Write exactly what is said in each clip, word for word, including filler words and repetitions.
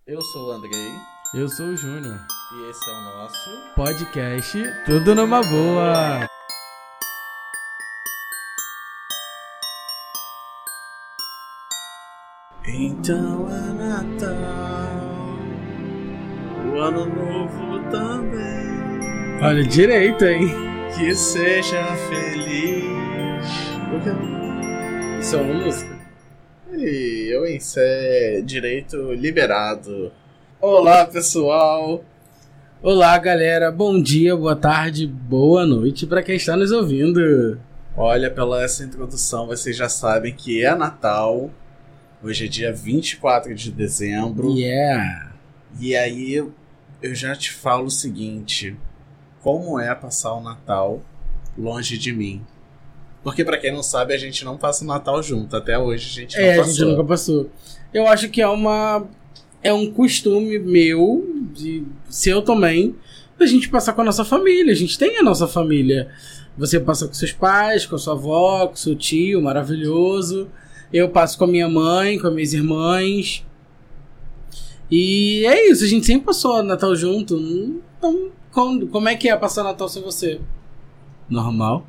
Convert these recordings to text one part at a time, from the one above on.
Eu sou o Andrei. Eu sou o Júnior. E esse é o nosso podcast Tudo Numa Boa. Então é Natal, o Ano Novo também. Olha direito, hein? Que seja feliz. O que? Isso é uma música. E eu em sé, direito liberado. Olá, pessoal. Olá, galera. Bom dia, boa tarde, boa noite pra quem está nos ouvindo. Olha, pela essa introdução, vocês já sabem que é Natal. Hoje é dia vinte e quatro de dezembro. Yeah. E aí, eu já te falo o seguinte. Como é passar o Natal longe de mim? Porque pra quem não sabe, a gente não passa o Natal junto. Até hoje a gente não é, passou. É, a gente nunca passou. Eu acho que é uma... É um costume meu, de seu também, da gente passar com a nossa família. A gente tem a nossa família. Você passa com seus pais, com a sua avó, com seu tio, maravilhoso. Eu passo com a minha mãe, com as minhas irmãs. E é isso, a gente sempre passou Natal junto. Então, como, como é que é passar Natal sem você? Normal.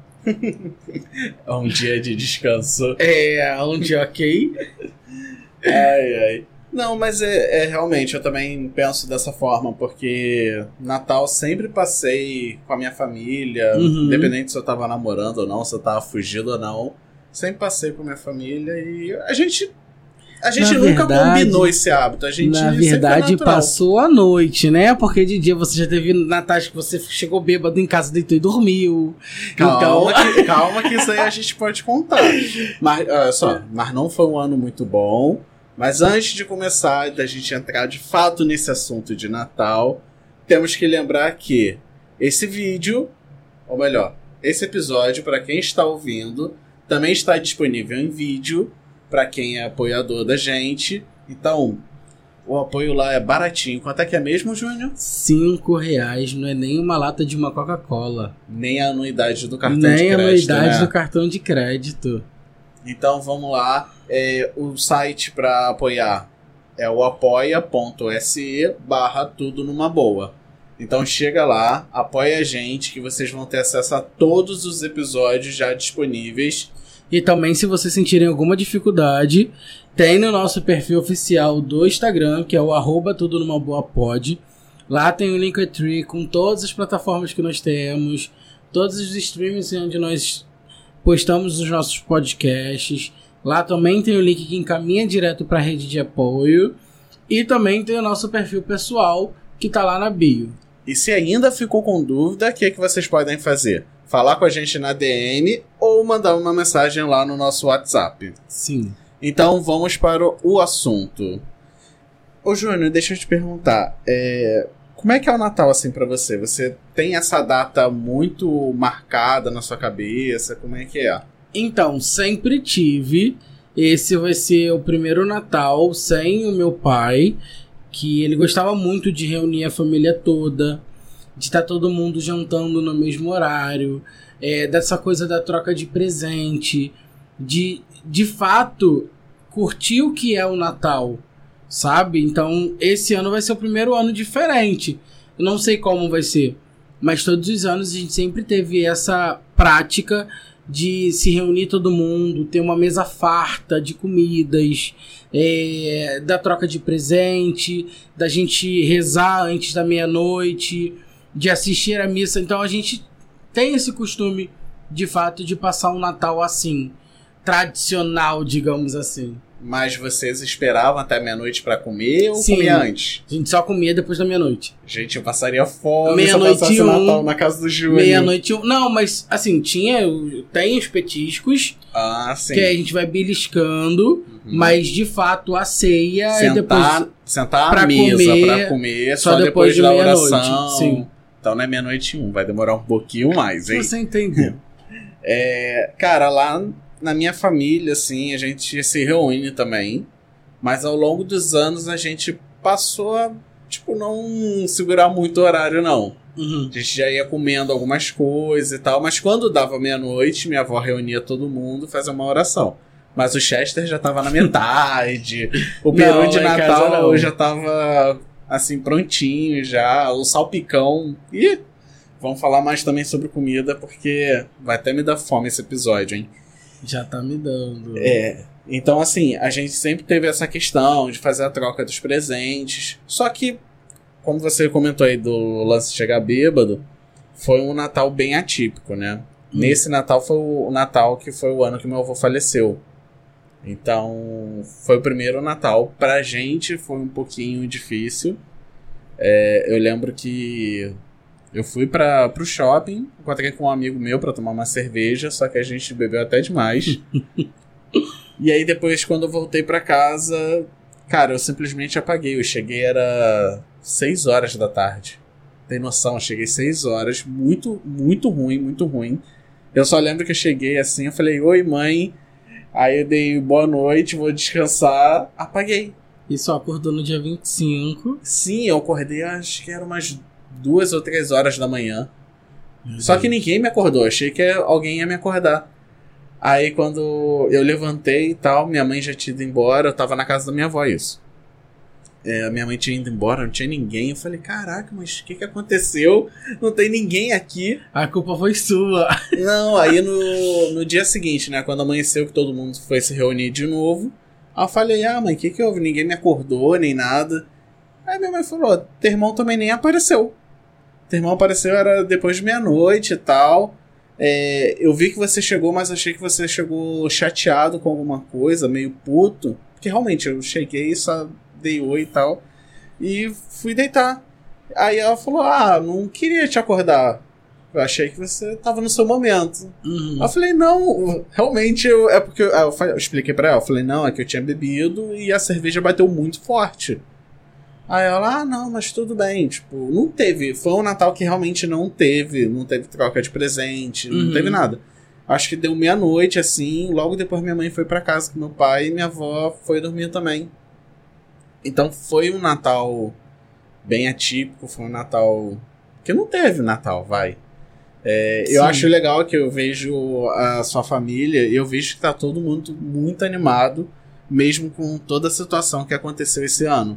É um dia de descanso. É, um dia ok. Ai, ai. Não, mas é, é realmente, eu também penso dessa forma, porque Natal sempre passei com a minha família, Uhum. independente se eu tava namorando ou não, se eu tava fugindo ou não, sempre passei com a minha família e a gente, a gente Na nunca verdade- combinou esse hábito, a gente Na sempre foi verdade, natural. passou a noite, né? Porque de dia você já teve Natais que você chegou bêbado em casa, deitou e dormiu. Calma, Então, que, calma que isso aí a gente pode contar. Mas, olha só, mas não foi um ano muito bom. Mas antes de começar, da gente entrar de fato nesse assunto de Natal, temos que lembrar que esse vídeo, ou melhor, esse episódio, para quem está ouvindo, também está disponível em vídeo, para quem é apoiador da gente. Então, o apoio lá é baratinho. Quanto é que é mesmo, Júnior? cinco reais não é nem uma lata de uma Coca-Cola. Nem a anuidade do cartão Nem de a crédito, anuidade né? do cartão de crédito. Então vamos lá, é, o site para apoiar é o apoia.se barra tudo numa boa. Então chega lá, apoia a gente que vocês vão ter acesso a todos os episódios já disponíveis. E também, se vocês sentirem alguma dificuldade, tem no nosso perfil oficial do Instagram, que é o arroba tudo numa boa pod. Lá tem o Linktree com todas as plataformas que nós temos, todos os streams onde nós postamos os nossos podcasts. Lá também tem o link que encaminha direto para a rede de apoio. E também tem o nosso perfil pessoal, que está lá na bio. E se ainda ficou com dúvida, o que, é que vocês podem fazer? Falar com a gente na D M ou mandar uma mensagem lá no nosso WhatsApp. Sim. Então vamos para o assunto. Ô Júnior, deixa eu te perguntar, é, como é que é o Natal assim pra você? Você tem essa data muito marcada na sua cabeça? Como é que é? Então, sempre tive. Esse vai ser o primeiro Natal sem o meu pai, que ele gostava muito de reunir a família toda, de estar todo mundo jantando no mesmo horário, é, dessa coisa da troca de presente, de, de fato, curtir o que é o Natal, sabe? Então, esse ano vai ser o primeiro ano diferente. Eu não sei como vai ser, mas todos os anos a gente sempre teve essa prática de se reunir todo mundo, ter uma mesa farta de comidas, é, da troca de presente, da gente rezar antes da meia-noite, de assistir a missa. Então a gente tem esse costume, de fato, de passar um Natal assim, tradicional, digamos assim. Mas vocês esperavam até meia-noite pra comer ou Sim. comia antes? A gente só comia depois da meia-noite. Gente, eu passaria fome se eu Meia-noite passasse e um. Natal na casa do Júnior. Meia-noite... um- Não, mas assim, tinha... Tem os petiscos, Ah, sim. que aí a gente vai beliscando, Uhum. mas de fato a ceia é Sentar, depois... sentar à pra mesa comer, pra comer só, só depois, depois de da meia-noite, oração. sim. Então não é meia-noite e um, vai demorar um pouquinho mais, Se hein? você entendeu. É, cara, lá na minha família, assim, a gente se reúne também. Mas ao longo dos anos a gente passou a, tipo, não segurar muito o horário, não. Uhum. A gente já ia comendo algumas coisas e tal. Mas quando dava meia-noite, minha avó reunia todo mundo e fazia uma oração. Mas o Chester já tava na metade. O peru Não, de lá em casa Natal não. já tava, assim, prontinho já. O salpicão. E vamos falar mais também sobre comida, porque vai até me dar fome esse episódio, hein? Já tá me dando. É. Então, assim, a gente sempre teve essa questão de fazer a troca dos presentes. Só que, como você comentou aí do lance de chegar bêbado, foi um Natal bem atípico, né? Hum. Nesse Natal foi o Natal que foi o ano que meu avô faleceu. Então, foi o primeiro Natal. Pra gente foi um pouquinho difícil. É, eu lembro que eu fui pra, pro shopping, encontrei com um amigo meu pra tomar uma cerveja, só que a gente bebeu até demais. E aí depois, quando eu voltei pra casa, cara, eu simplesmente apaguei. Eu cheguei, era seis horas da tarde. Tem noção, eu cheguei seis horas, muito, muito ruim, muito ruim. Eu só lembro que eu cheguei assim, eu falei, oi mãe... Aí eu dei boa noite, vou descansar, apaguei. E só acordou no dia vinte e cinco. Sim, eu acordei, acho que era umas duas ou três horas da manhã. Meu só Deus. Que ninguém me acordou, achei que alguém ia me acordar. Aí quando eu levantei e tal, minha mãe já tinha ido embora, eu tava na casa da minha avó, isso. É, a minha mãe tinha ido embora, não tinha ninguém. Eu falei, caraca, mas o que que aconteceu? Não tem ninguém aqui. A culpa foi sua. Não, aí no, no dia seguinte, né, quando amanheceu que todo mundo foi se reunir de novo, aí eu falei, ah mãe, o que que houve? Ninguém me acordou, nem nada. Aí minha mãe falou, teu irmão também nem apareceu. Teu irmão apareceu, era depois de meia-noite e tal. É, eu vi que você chegou, mas achei que você chegou chateado com alguma coisa, meio puto. Porque realmente, eu cheguei, só dei oi e tal, e fui deitar. Aí ela falou, ah, não queria te acordar. Eu achei que você tava no seu momento. Uhum. Eu falei, não, realmente, eu, é porque eu, eu, eu expliquei pra ela, eu falei, não, é que eu tinha bebido e a cerveja bateu muito forte. Aí ela, ah, não, mas tudo bem, tipo, não teve, foi um Natal que realmente não teve, não teve troca de presente, Uhum. não teve nada. Acho que deu meia-noite, assim, logo depois minha mãe foi pra casa com meu pai e minha avó foi dormir também. Então foi um Natal bem atípico, foi um Natal que não teve Natal, vai. É, eu acho legal que eu vejo a sua família e eu vejo que tá todo mundo muito animado, mesmo com toda a situação que aconteceu esse ano.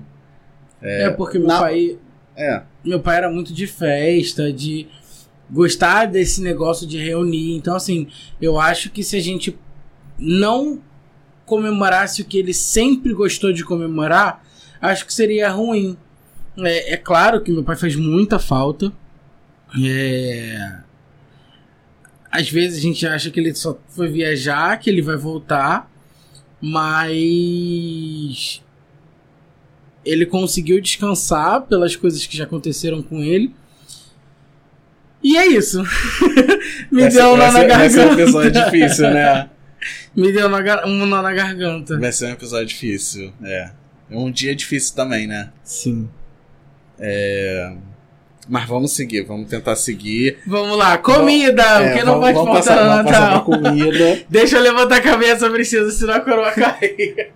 É, é porque meu na... pai... É. Meu pai era muito de festa, de gostar desse negócio de reunir. Então, assim, eu acho que se a gente não comemorasse o que ele sempre gostou de comemorar, acho que seria ruim. É, é claro que meu pai faz muita falta. É... Às vezes a gente acha que ele só foi viajar, que ele vai voltar, mas ele conseguiu descansar pelas coisas que já aconteceram com ele. E é isso. Me vai deu ser, um nó na ser, garganta. Vai ser um episódio difícil, né? Me deu um nó na garganta. Vai ser um episódio difícil, é. É um dia difícil também, né? Sim. É... Mas vamos seguir, vamos tentar seguir. Vamos lá, comida! É, o que vamos, não pode vamos faltar passar, no vamos passar Natal? pra comida. Deixa eu levantar a cabeça, preciso, senão a coroa cai.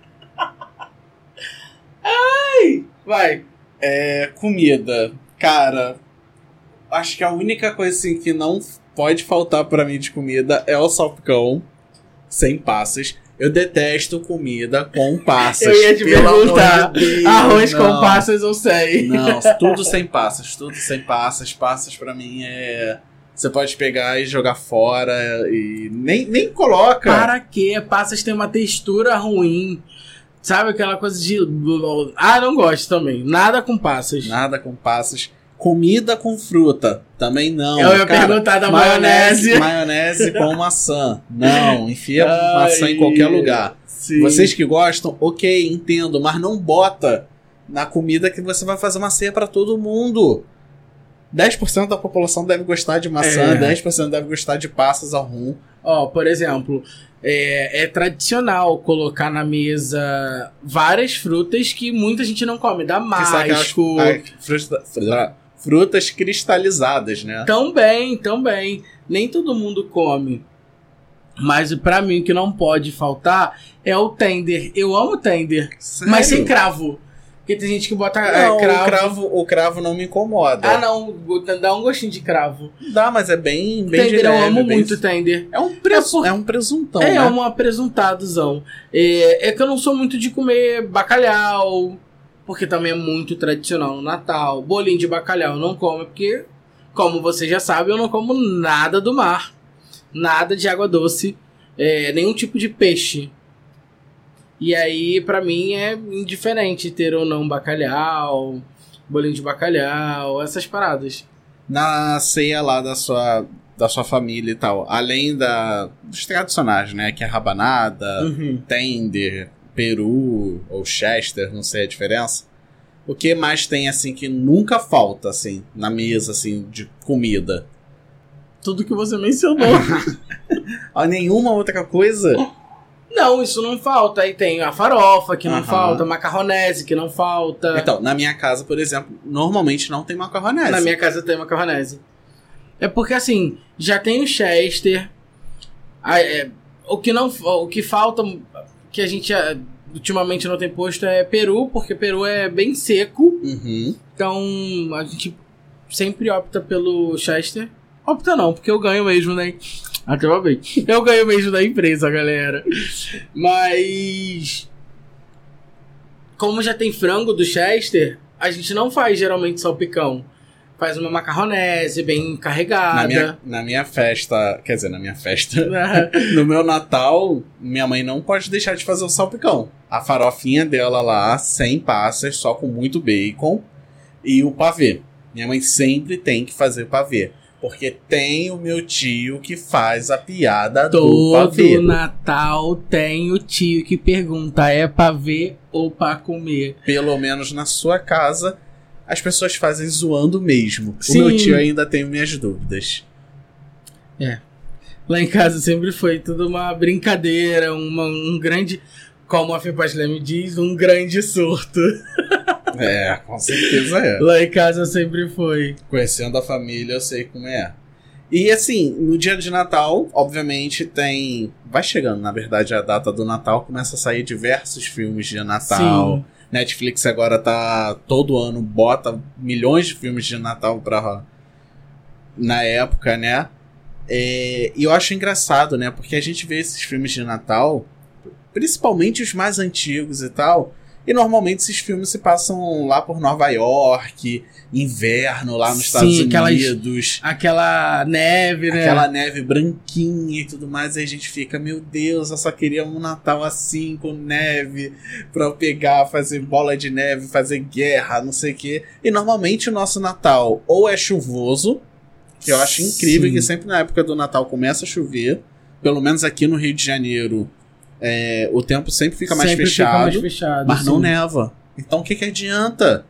Ai! Vai. É, comida. Cara, acho que a única coisa assim, que não pode faltar pra mim de comida é o salpicão sem passas. Eu detesto comida com passas. Eu ia te perguntar, de arroz não. com passas eu sei. Não, tudo sem passas, tudo sem passas. Passas pra mim é... Você pode pegar e jogar fora e nem, nem coloca. Para quê? Passas tem uma textura ruim. Sabe aquela coisa de... Ah, não gosto também. Nada com passas. Nada com passas. Comida com fruta, também não. Eu ia Cara, perguntar da maionese. maionese. Maionese com maçã. Não, enfia Ai, maçã em qualquer lugar. Sim. Vocês que gostam, ok, entendo, mas não bota na comida que você vai fazer uma ceia pra todo mundo. dez por cento da população deve gostar de maçã, É. dez por cento deve gostar de passas ao rum. Ó, por exemplo, é, é tradicional colocar na mesa várias frutas que muita gente não come. Que são aquelas Damasco. ai, fruta- frutas cristalizadas, né? Também, também. Nem todo mundo come. Mas pra mim o que não pode faltar é o tender. Eu amo tender, Sério? mas sem cravo. Porque tem gente que bota Não, é, cravo. O, cravo, o cravo não me incomoda. Ah, não. Dá um gostinho de cravo. Dá, mas é bem, bem Tender, de leve, eu amo bem... muito tender. É um, presu... é, por... é um presuntão, É, né? é um apresuntadozão. É, é que eu não sou muito de comer bacalhau, porque também é muito tradicional no Natal. Bolinho de bacalhau eu não como, porque, como você já sabe, eu não como nada do mar. Nada de água doce. É, nenhum tipo de peixe. E aí, pra mim, é indiferente ter ou não bacalhau, bolinho de bacalhau, essas paradas. Na ceia lá da sua, da sua família e tal, além da, dos tradicionais, né? Que é rabanada, Uhum. tender, peru ou chester, não sei a diferença. O que mais tem, assim, que nunca falta, assim, na mesa, assim, de comida? Tudo que você mencionou. Ah, nenhuma outra coisa? Não, isso não falta. Aí tem a farofa, que não Aham. falta, macarronese, que não falta. Então, na minha casa, por exemplo, normalmente não tem macarronese. Na minha casa tem macarronese. É porque, assim, já tem o chester. a- é, o, que não, o que falta, que a gente é, ultimamente não tem posto, é peru, porque peru é bem seco. Uhum. Então, a gente sempre opta pelo chester. Opta não, porque eu ganho mesmo, né? Até uma vez. Eu ganho mesmo da empresa, galera. Mas... como já tem frango do chester, a gente não faz geralmente salpicão. Faz uma macarronese bem carregada. Na minha, na minha festa, quer dizer, na minha festa, no meu Natal, minha mãe não pode deixar de fazer o salpicão. A farofinha dela lá, sem passas, só com muito bacon, e o pavê. Minha mãe sempre tem que fazer pavê. Porque tem o meu tio que faz a piada do pavê. Todo Natal tem o tio que pergunta, é pra ver ou pra comer? Pelo menos na sua casa, as pessoas fazem zoando mesmo. Sim. O meu tio ainda tem minhas dúvidas. É. Lá em casa sempre foi tudo uma brincadeira, uma, um grande... como a Fepastlé me diz, um grande surto. É, com certeza é. Lá em casa sempre foi. Conhecendo a família, eu sei como é. E assim, no dia de Natal, obviamente tem... vai chegando, na verdade, a data do Natal, começa a sair diversos filmes de Natal. Sim. Netflix agora tá... todo ano bota milhões de filmes de Natal pra... na época, né? É, e eu acho engraçado, né? Porque a gente vê esses filmes de Natal, principalmente os mais antigos e tal... e normalmente esses filmes se passam lá por Nova York, inverno lá nos Sim, Estados aquelas- Unidos, Aquela neve, né? aquela neve branquinha e tudo mais, aí a gente fica, meu Deus, eu só queria um Natal assim, com neve, pra eu pegar, fazer bola de neve, fazer guerra, não sei o quê. E normalmente o nosso Natal ou é chuvoso, que eu acho incrível, Sim. que sempre na época do Natal começa a chover, pelo menos aqui no Rio de Janeiro, é, o tempo sempre fica mais Sempre fechado. Fica mais fechado, Mas não sim. neva. Então o que que adianta?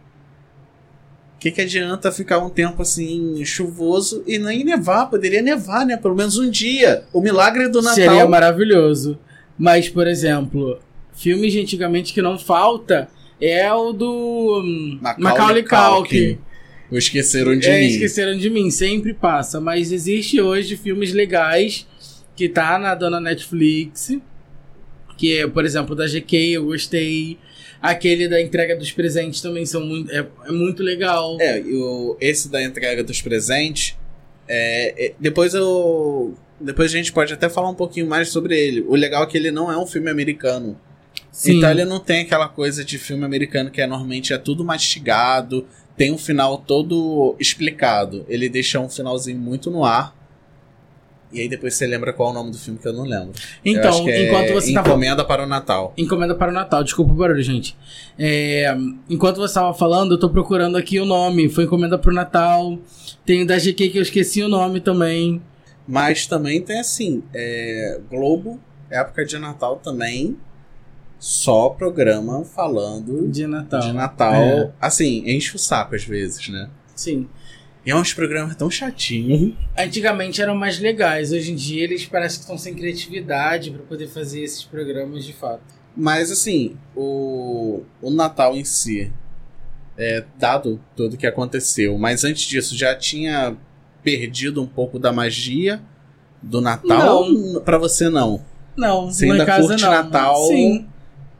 O que que adianta ficar um tempo assim chuvoso e nem nevar? Poderia nevar, né? Pelo menos um dia. O milagre do Natal. Seria maravilhoso. Mas, por exemplo, filmes de antigamente que não falta é o do hum, Macaulay Culkin. O Esqueceram de É, Mim. Esqueceram de Mim, sempre passa. Mas existe hoje filmes legais que tá na dona Netflix. Que é, por exemplo, da G K, eu gostei. Aquele da entrega dos presentes também são muito, é, é muito legal. É, e o, esse da entrega dos presentes, é, é, depois eu... depois a gente pode até falar um pouquinho mais sobre ele. O legal é que ele não é um filme americano. Sim. Então ele não tem aquela coisa de filme americano que é, normalmente é tudo mastigado, tem um final todo explicado. Ele deixa um finalzinho muito no ar. E aí depois você lembra qual é o nome do filme que eu não lembro. Eu Então, acho que é enquanto você tava... Encomenda para o Natal. Encomenda para o Natal, desculpa o barulho, gente. É, enquanto você estava falando, eu tô procurando aqui o nome. Foi Encomenda para o Natal. Tem o da G K que eu esqueci o nome também. Mas também tem assim, é, Globo, época de Natal também, só programa falando De Natal. de Natal. É. Assim, enche o saco às vezes, né? Sim. E é uns programas tão chatinhos. Antigamente eram mais legais. Hoje em dia eles parecem que estão sem criatividade para poder fazer esses programas de fato. Mas assim, o, o Natal em si, é, dado tudo que aconteceu, mas antes disso já tinha perdido um pouco da magia do Natal? Não. Pra você não? Não, Você lá ainda em casa curte não. Natal? Sim.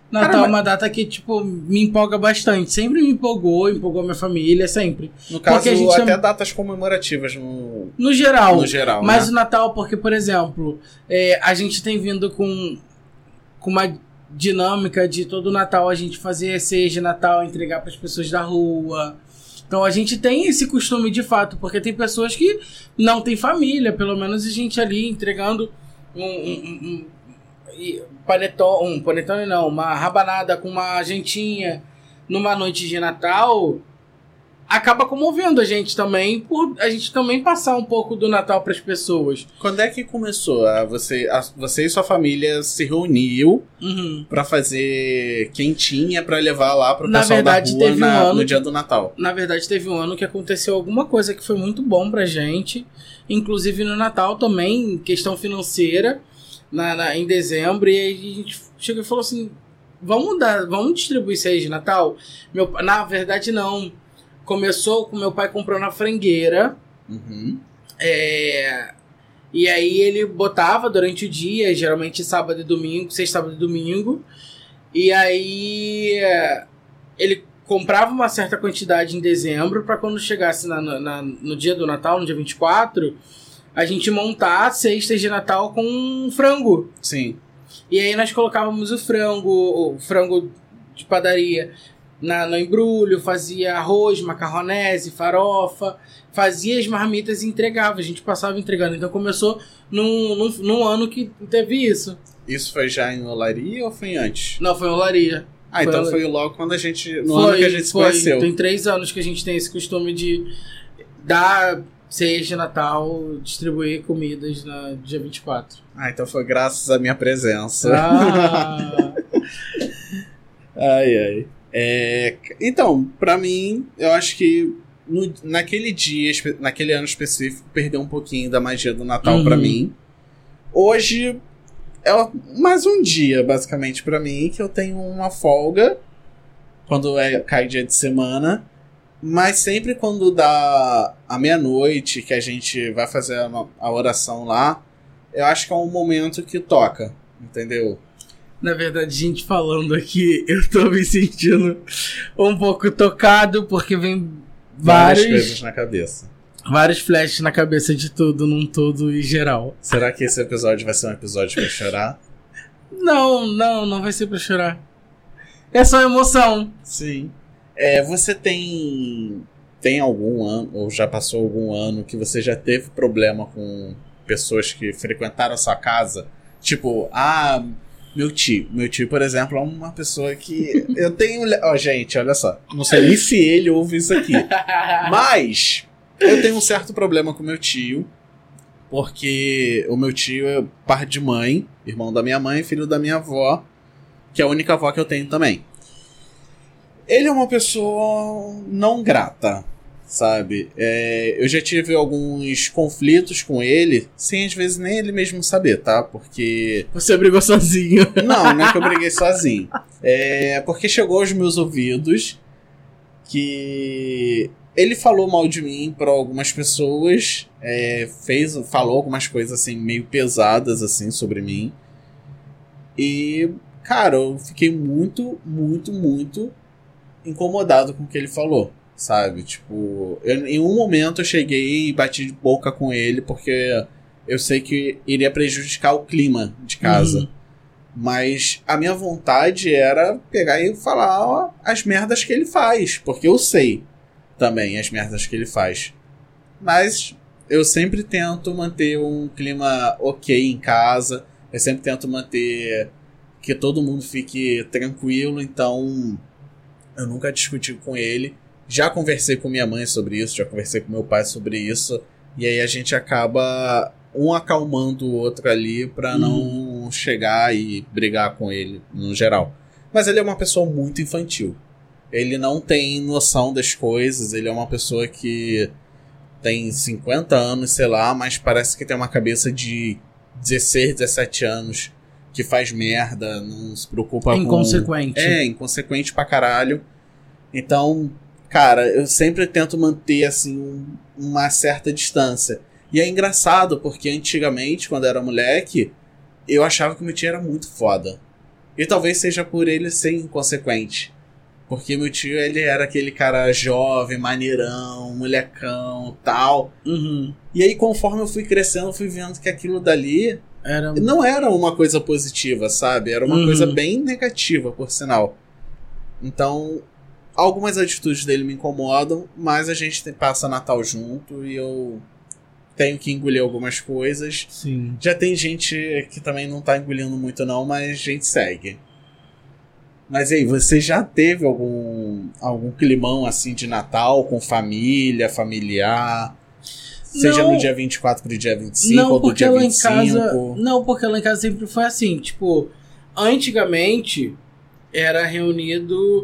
Natal Cara, é uma data que, tipo, me empolga bastante. Sempre me empolgou, empolgou minha família, sempre. No caso, Porque a gente até chama- datas comemorativas no, No geral. no geral, Mas né? o Natal, porque, por exemplo, é, a gente tem vindo com, com uma dinâmica de todo Natal a gente fazer ceia de Natal, entregar para as pessoas da rua. Então a gente tem esse costume de fato, porque tem pessoas que não têm família, pelo menos a gente ali entregando um, um, um, um e panetone, um panetone não, uma rabanada com uma gentinha numa noite de Natal, acaba comovendo a gente também, por a gente também passar um pouco do Natal para as pessoas. Quando é que começou? A você, a, você e sua família se reuniu Uhum. pra fazer quentinha pra levar lá pro Na pessoal verdade, da rua teve um na- ano no que- dia do Natal. Na verdade, teve um ano que aconteceu alguma coisa que foi muito bom pra gente, inclusive no Natal também, questão financeira, na, na- em dezembro, e aí a gente chegou e falou assim, vamos dar, vamos distribuir isso aí de Natal? Meu, na verdade, não. Começou com meu pai comprando a frangueira, Uhum. é, e aí ele botava durante o dia, geralmente sábado e domingo, sexta, sábado e domingo, e aí é, ele comprava uma certa quantidade em dezembro para quando chegasse na, na- no dia do Natal, no dia vinte e quatro, a gente montar cestas de Natal com frango. Sim. E aí nós colocávamos o frango, o frango de padaria na, no embrulho, fazia arroz, macarronese, farofa, fazia as marmitas e entregava. A gente passava entregando. Então começou num, num, num ano que teve isso. Isso foi já em Olaria ou foi antes? Não, foi olaria. Ah, Foi então olaria. foi logo quando a gente. No ano que a gente se foi. conheceu. Tem três anos que a gente tem esse costume de dar ceias de Natal, distribuir comidas no dia vinte e quatro. Ah, então foi graças à minha presença. Ah, Ai, ai. É, então, pra mim, eu acho que no- naquele dia, espe- naquele ano específico, perdeu um pouquinho da magia do Natal Uhum. pra mim. Hoje é mais um dia, basicamente, pra mim, que eu tenho uma folga quando é, cai dia de semana. Mas sempre quando dá a meia-noite, que a gente vai fazer a, a oração lá, eu acho que é um momento que toca, entendeu? na verdade, gente falando aqui, eu tô me sentindo um pouco tocado, porque vem Várias vários, coisas na cabeça. vários flashes na cabeça de tudo, num todo e geral. Será que esse episódio vai ser um episódio pra chorar? Não, não, não vai ser pra chorar. É só emoção. Sim. É, você tem tem algum ano, ou já passou algum ano, que você já teve problema com pessoas que frequentaram a sua casa? Tipo, ah, meu tio. Meu tio, por exemplo, é uma pessoa que eu tenho... Ó, gente, olha só. Não sei nem se ele ouve isso aqui. Mas eu tenho um certo problema com meu tio, porque o meu tio é par de mãe, irmão da minha mãe, filho da minha avó, que é a única avó que eu tenho também. Ele é uma pessoa não grata, sabe? É, eu já tive alguns conflitos com ele, sem às vezes nem ele mesmo saber, tá? Porque... Você brigou sozinho. Não, não é que eu briguei sozinho. É porque chegou aos meus ouvidos que ele falou mal de mim para algumas pessoas, é, fez, falou algumas coisas assim meio pesadas assim sobre mim. E, cara, eu fiquei muito, muito, muito incomodado com o que ele falou, sabe? Tipo, eu, em um momento eu cheguei e bati de boca com ele porque eu sei que iria prejudicar o clima de casa. Uhum. Mas a minha vontade era pegar e falar ó, as merdas que ele faz, porque eu sei também as merdas que ele faz. Mas eu sempre tento manter um clima ok em casa, eu sempre tento manter que todo mundo fique tranquilo, então eu nunca discuti com ele. Já conversei com minha mãe sobre isso, já conversei com meu pai sobre isso, e aí a gente acaba um acalmando o outro ali pra não Uhum. chegar e brigar com ele no geral. Mas ele é uma pessoa muito infantil. Ele não tem noção das coisas, ele é uma pessoa que tem cinquenta anos, sei lá, mas parece que tem uma cabeça de dezesseis, dezessete anos, que faz merda, não se preocupa com... Inconsequente. É, inconsequente pra caralho. Então, cara, eu sempre tento manter, assim, um- uma certa distância. E é engraçado, porque antigamente, quando eu era moleque, eu achava que o meu tio era muito foda. E talvez seja por ele ser inconsequente. Porque meu tio, ele era aquele cara jovem, maneirão, molecão, tal. Uhum. E aí, conforme eu fui crescendo, eu fui vendo que aquilo dali Era... não era uma coisa positiva, sabe? Era uma Uhum. coisa bem negativa, por sinal. Então, algumas atitudes dele me incomodam, mas a gente tem- passa Natal junto e eu tenho que engolir algumas coisas. Sim. Já tem gente que também não tá engolindo muito não, mas a gente segue. Mas aí, você já teve algum, algum climão assim de Natal com família, familiar? Seja Não. no dia vinte e quatro pro dia vinte e cinco Não, ou do porque dia lá em vinte e cinco? casa. Não, porque lá em casa sempre foi assim. Tipo, antigamente era reunido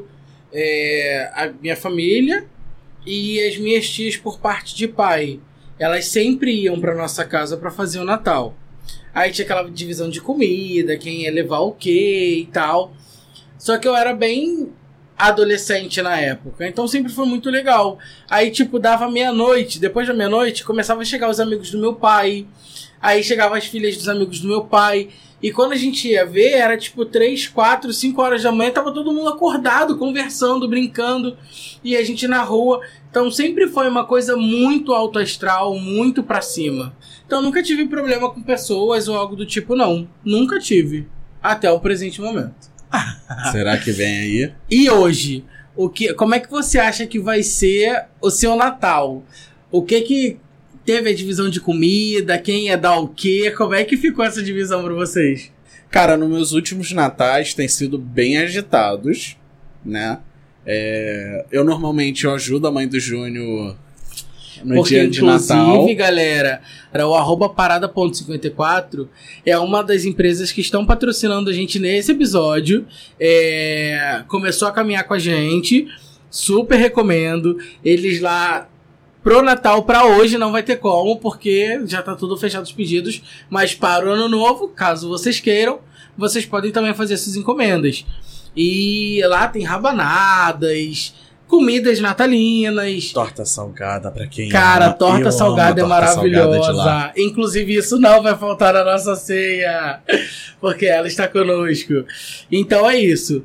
é, a minha família e as minhas tias por parte de pai. Elas sempre iam pra nossa casa pra fazer o Natal. Aí tinha aquela divisão de comida, quem ia levar o quê e tal. Só que eu era bem adolescente na época, então sempre foi muito legal. Aí, tipo, dava meia-noite, depois da meia-noite começava a chegar os amigos do meu pai, aí chegavam as filhas dos amigos do meu pai, e quando a gente ia ver, era tipo três, quatro, cinco horas da manhã, tava todo mundo acordado, conversando, brincando, e a gente na rua. Então sempre foi uma coisa muito alto astral, muito pra cima. Então nunca tive problema com pessoas ou algo do tipo, não. Nunca tive. Até o presente momento. Será que vem aí? E hoje, o que, como é que você acha que vai ser o seu Natal? O que que teve a divisão de comida? Quem ia dar o quê? Como é que ficou essa divisão pra vocês? Cara, nos meus últimos natais têm sido bem agitados, né? É, eu normalmente eu ajudo a mãe do Júnior no Porque, dia de inclusive, Natal. galera, o arroba parada ponto cinquenta e quatro é uma das empresas que estão patrocinando a gente nesse episódio. É, começou a caminhar com a gente. Super recomendo. Eles lá pro Natal, pra hoje, não vai ter como, porque já tá tudo fechado os pedidos. Mas para o Ano Novo, caso vocês queiram, vocês podem também fazer suas encomendas. E lá tem rabanadas, comidas natalinas. Torta salgada pra quem Cara, ama. torta Eu salgada é amo a torta salgada de lá. maravilhosa. Inclusive, isso não vai faltar na nossa ceia, porque ela está conosco. Então é isso.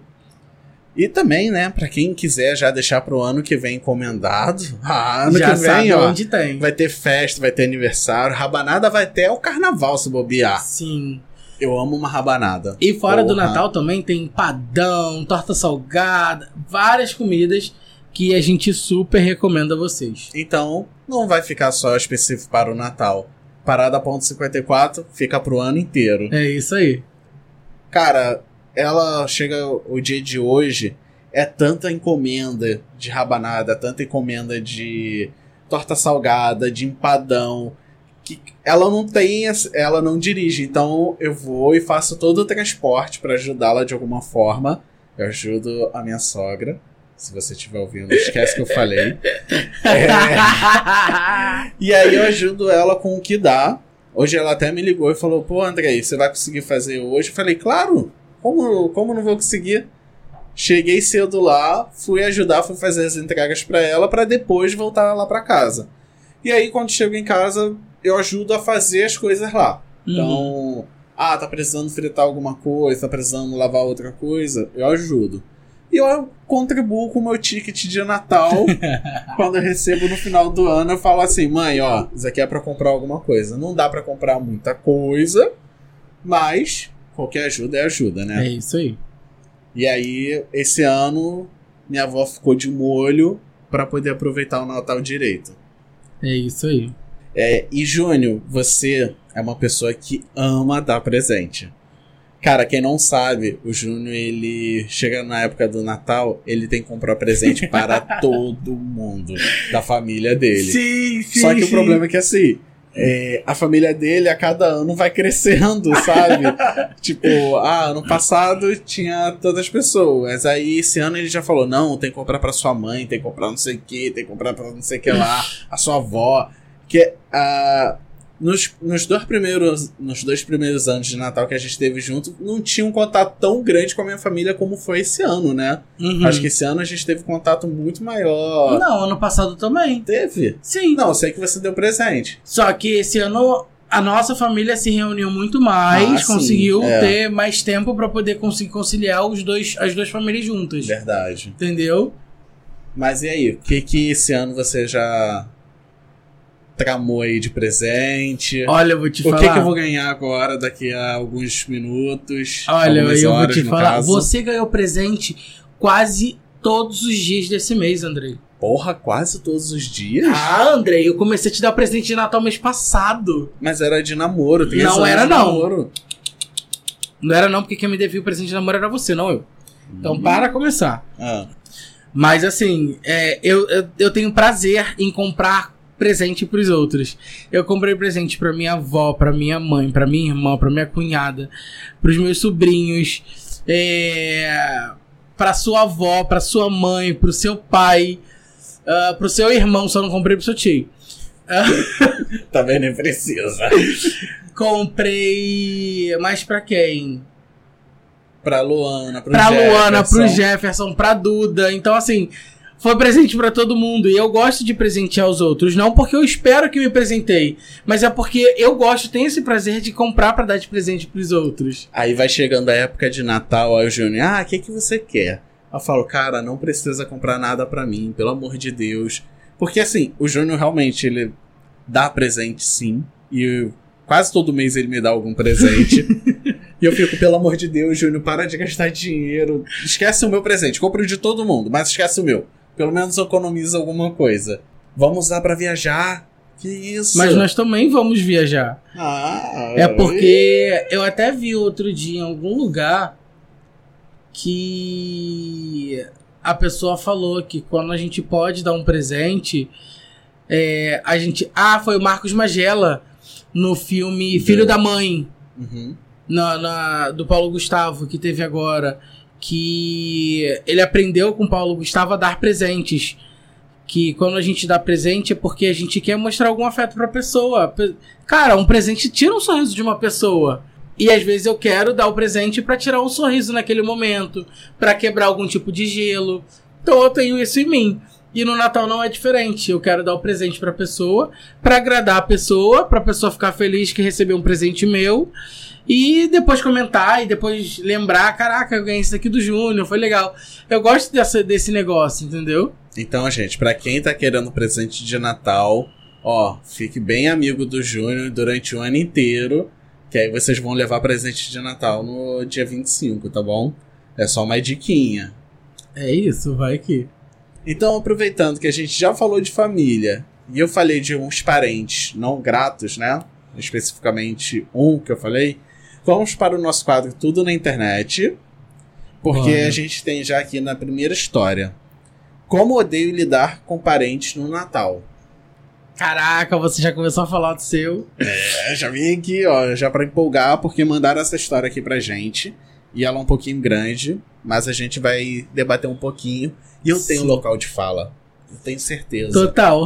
E também, né, pra quem quiser já deixar pro ano que vem encomendado. Ah, ano Já que vem, sabe ó. onde tem. Vai ter festa, vai ter aniversário. Rabanada vai até o carnaval se bobear. Sim. Eu amo uma rabanada. E fora do Porra. Natal também tem empadão, torta salgada, várias comidas que a gente super recomenda a vocês. Então, não vai ficar só específico para o Natal. Parada ponto cinquenta e quatro fica pro ano inteiro. É isso aí. Cara, ela chega o dia de hoje, é tanta encomenda de rabanada, tanta encomenda de torta salgada, de empadão, que ela não tem, ela não dirige. Então eu vou e faço todo o transporte para ajudá-la de alguma forma. Eu ajudo a minha sogra. Se você estiver ouvindo, esquece que eu falei. É... E aí eu ajudo ela com o que dá. Hoje ela até me ligou e falou: pô, Andrei, você vai conseguir fazer hoje? Eu falei: claro, como, como não vou conseguir? Cheguei cedo lá, fui ajudar, fui fazer as entregas pra ela, pra depois voltar lá pra casa. E aí quando chego em casa, eu ajudo a fazer as coisas lá. Uhum. Então, ah, tá precisando fritar alguma coisa, tá precisando lavar outra coisa, eu ajudo. E eu contribuo com o meu ticket de Natal. Quando eu recebo no final do ano, eu falo assim: mãe, ó, isso aqui é pra comprar alguma coisa. Não dá pra comprar muita coisa, mas qualquer ajuda é ajuda, né? É isso aí. E aí, esse ano, minha avó ficou de molho pra poder aproveitar o Natal direito. É isso aí. É, e Júnior, você é uma pessoa que ama dar presente. Cara, quem não sabe, o Júnior, ele chega na época do Natal, ele tem que comprar presente para todo mundo da família dele. Sim, sim. Só que sim. o problema é que assim, é, a família dele a cada ano vai crescendo, sabe? Tipo, ah, ano passado tinha tantas pessoas, aí esse ano ele já falou: não, tem que comprar pra sua mãe, tem que comprar não sei o que, tem que comprar pra não sei o que lá, a sua avó. Que ah, nos, nos, dois primeiros, nos dois primeiros anos de Natal que a gente teve junto, não tinha um contato tão grande com a minha família como foi esse ano, né? Uhum. Acho que esse ano a gente teve contato muito maior. Não, ano passado também. Teve? Sim. Não, eu sei que você deu presente. Só que esse ano a nossa família se reuniu muito mais, ah, conseguiu sim, é. ter mais tempo pra poder conseguir conciliar os dois, as duas famílias juntas. Verdade. Entendeu? Mas e aí, o que que esse ano você já tramou aí de presente? Olha, eu vou te o falar. O que que eu vou ganhar agora, daqui a alguns minutos? Olha, eu vou horas, te falar. caso. Você ganhou presente quase todos os dias desse mês, Andrei. Porra, quase todos os dias? Ah, Andrei, eu comecei a te dar presente de Natal mês passado. Mas era de namoro. Tem não era, de não. Namoro. Não era, não, porque quem me devia o presente de namoro era você, não eu. Então, hum. para começar. Ah. Mas, assim, é, eu, eu, eu tenho prazer em comprar presente pros outros. Eu comprei presente pra minha avó, pra minha mãe, pra minha irmã, pra minha cunhada, pros meus sobrinhos, é, pra sua avó, pra sua mãe, pro seu pai, uh, pro seu irmão, só não comprei pro seu tio. Uh, Também nem precisa. Comprei... Mas pra quem? Pra Luana, pro pra Jefferson. Pra Luana, pro Jefferson, pra Duda. Então, assim, foi presente pra todo mundo. E eu gosto de presentear os outros. Não porque eu espero que me presentei, mas é porque eu gosto, tenho esse prazer de comprar pra dar de presente pros outros. Aí vai chegando a época de Natal, aí o Júnior, ah, o que que você quer? Eu falo, cara, não precisa comprar nada pra mim, pelo amor de Deus. Porque, assim, o Júnior realmente, ele dá presente, sim. E quase todo mês ele me dá algum presente. E eu fico, pelo amor de Deus, Júnior, para de gastar dinheiro. Esquece o meu presente. Compre o de todo mundo, mas esquece o meu. Pelo menos economiza alguma coisa. Vamos usar pra viajar. Que isso? Mas nós também vamos viajar. Ah, é porque eu até vi outro dia em algum lugar que a pessoa falou que quando a gente pode dar um presente, é, a gente... Ah, foi o Marcos Magela no filme Filho da Mãe. Uhum. Na, na, do Paulo Gustavo, que teve agora, que ele aprendeu com o Paulo Gustavo a dar presentes, que quando a gente dá presente é porque a gente quer mostrar algum afeto pra pessoa. Cara, um presente tira um sorriso de uma pessoa, e às vezes eu quero dar o presente pra tirar um sorriso naquele momento, pra quebrar algum tipo de gelo. Então eu tenho isso em mim. E no Natal não é diferente. Eu quero dar o presente pra pessoa, pra agradar a pessoa, pra pessoa ficar feliz que recebeu um presente meu, e depois comentar, e depois lembrar, caraca, eu ganhei isso aqui do Júnior, foi legal. Eu gosto dessa, desse negócio, entendeu? Então, gente, pra quem tá querendo presente de Natal, ó, fique bem amigo do Júnior durante o ano inteiro, que aí vocês vão levar presente de Natal no dia vinte e cinco, tá bom? É só uma diquinha. É isso, vai que... Então, aproveitando que a gente já falou de família, e eu falei de uns parentes não gratos, né? Especificamente um que eu falei, vamos para o nosso quadro Tudo na Internet, porque Bom. a gente tem já aqui na primeira história: como odeio lidar com parentes no Natal. Caraca, você já começou a falar do seu. É, já vim aqui, ó, já pra empolgar, porque mandaram essa história aqui pra gente, e ela é um pouquinho grande, mas a gente vai debater um pouquinho, e eu Sim. tenho local de fala, eu tenho certeza. Total.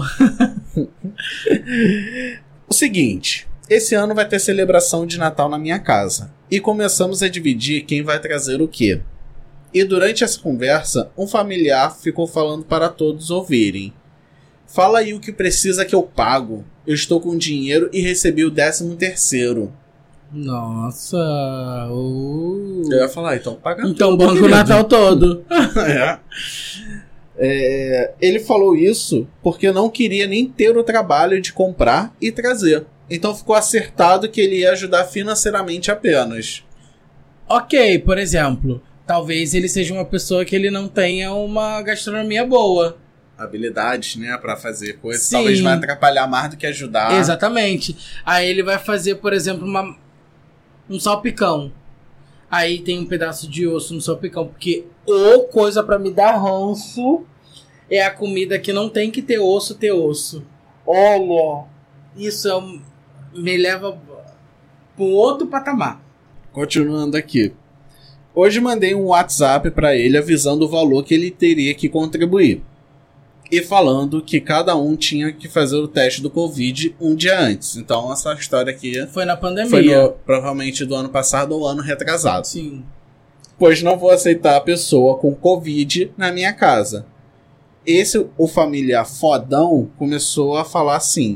O seguinte... Esse ano vai ter celebração de Natal na minha casa, e começamos a dividir quem vai trazer o quê. E durante essa conversa, um familiar ficou falando para todos ouvirem. Fala aí o que precisa que eu pago. Eu estou com dinheiro e recebi o décimo terceiro. Nossa. Uh. Eu ia falar, então paga então, tudo. Então banco o Natal todo. é. É, ele falou isso porque não queria nem ter o trabalho de comprar e trazer. Então ficou acertado que ele ia ajudar financeiramente apenas. Ok, por exemplo, talvez ele seja uma pessoa que ele não tenha uma gastronomia boa. Habilidades, né, pra fazer coisas. Sim. Talvez vai atrapalhar mais do que ajudar. Exatamente. Aí ele vai fazer, por exemplo, uma, um salpicão. Aí tem um pedaço de osso no salpicão, porque ou coisa pra me dar ranço é a comida que não tem que ter osso, ter osso. Olha, isso é um... me leva para um outro patamar. Continuando aqui. Hoje mandei um WhatsApp para ele avisando o valor que ele teria que contribuir. E falando que cada um tinha que fazer o teste do Covid um dia antes. Então essa história aqui... Foi na pandemia. Foi no, provavelmente do ano passado ou ano retrasado. Sim. Pois não vou aceitar a pessoa com Covid na minha casa. Esse, o familiar fodão, começou a falar assim...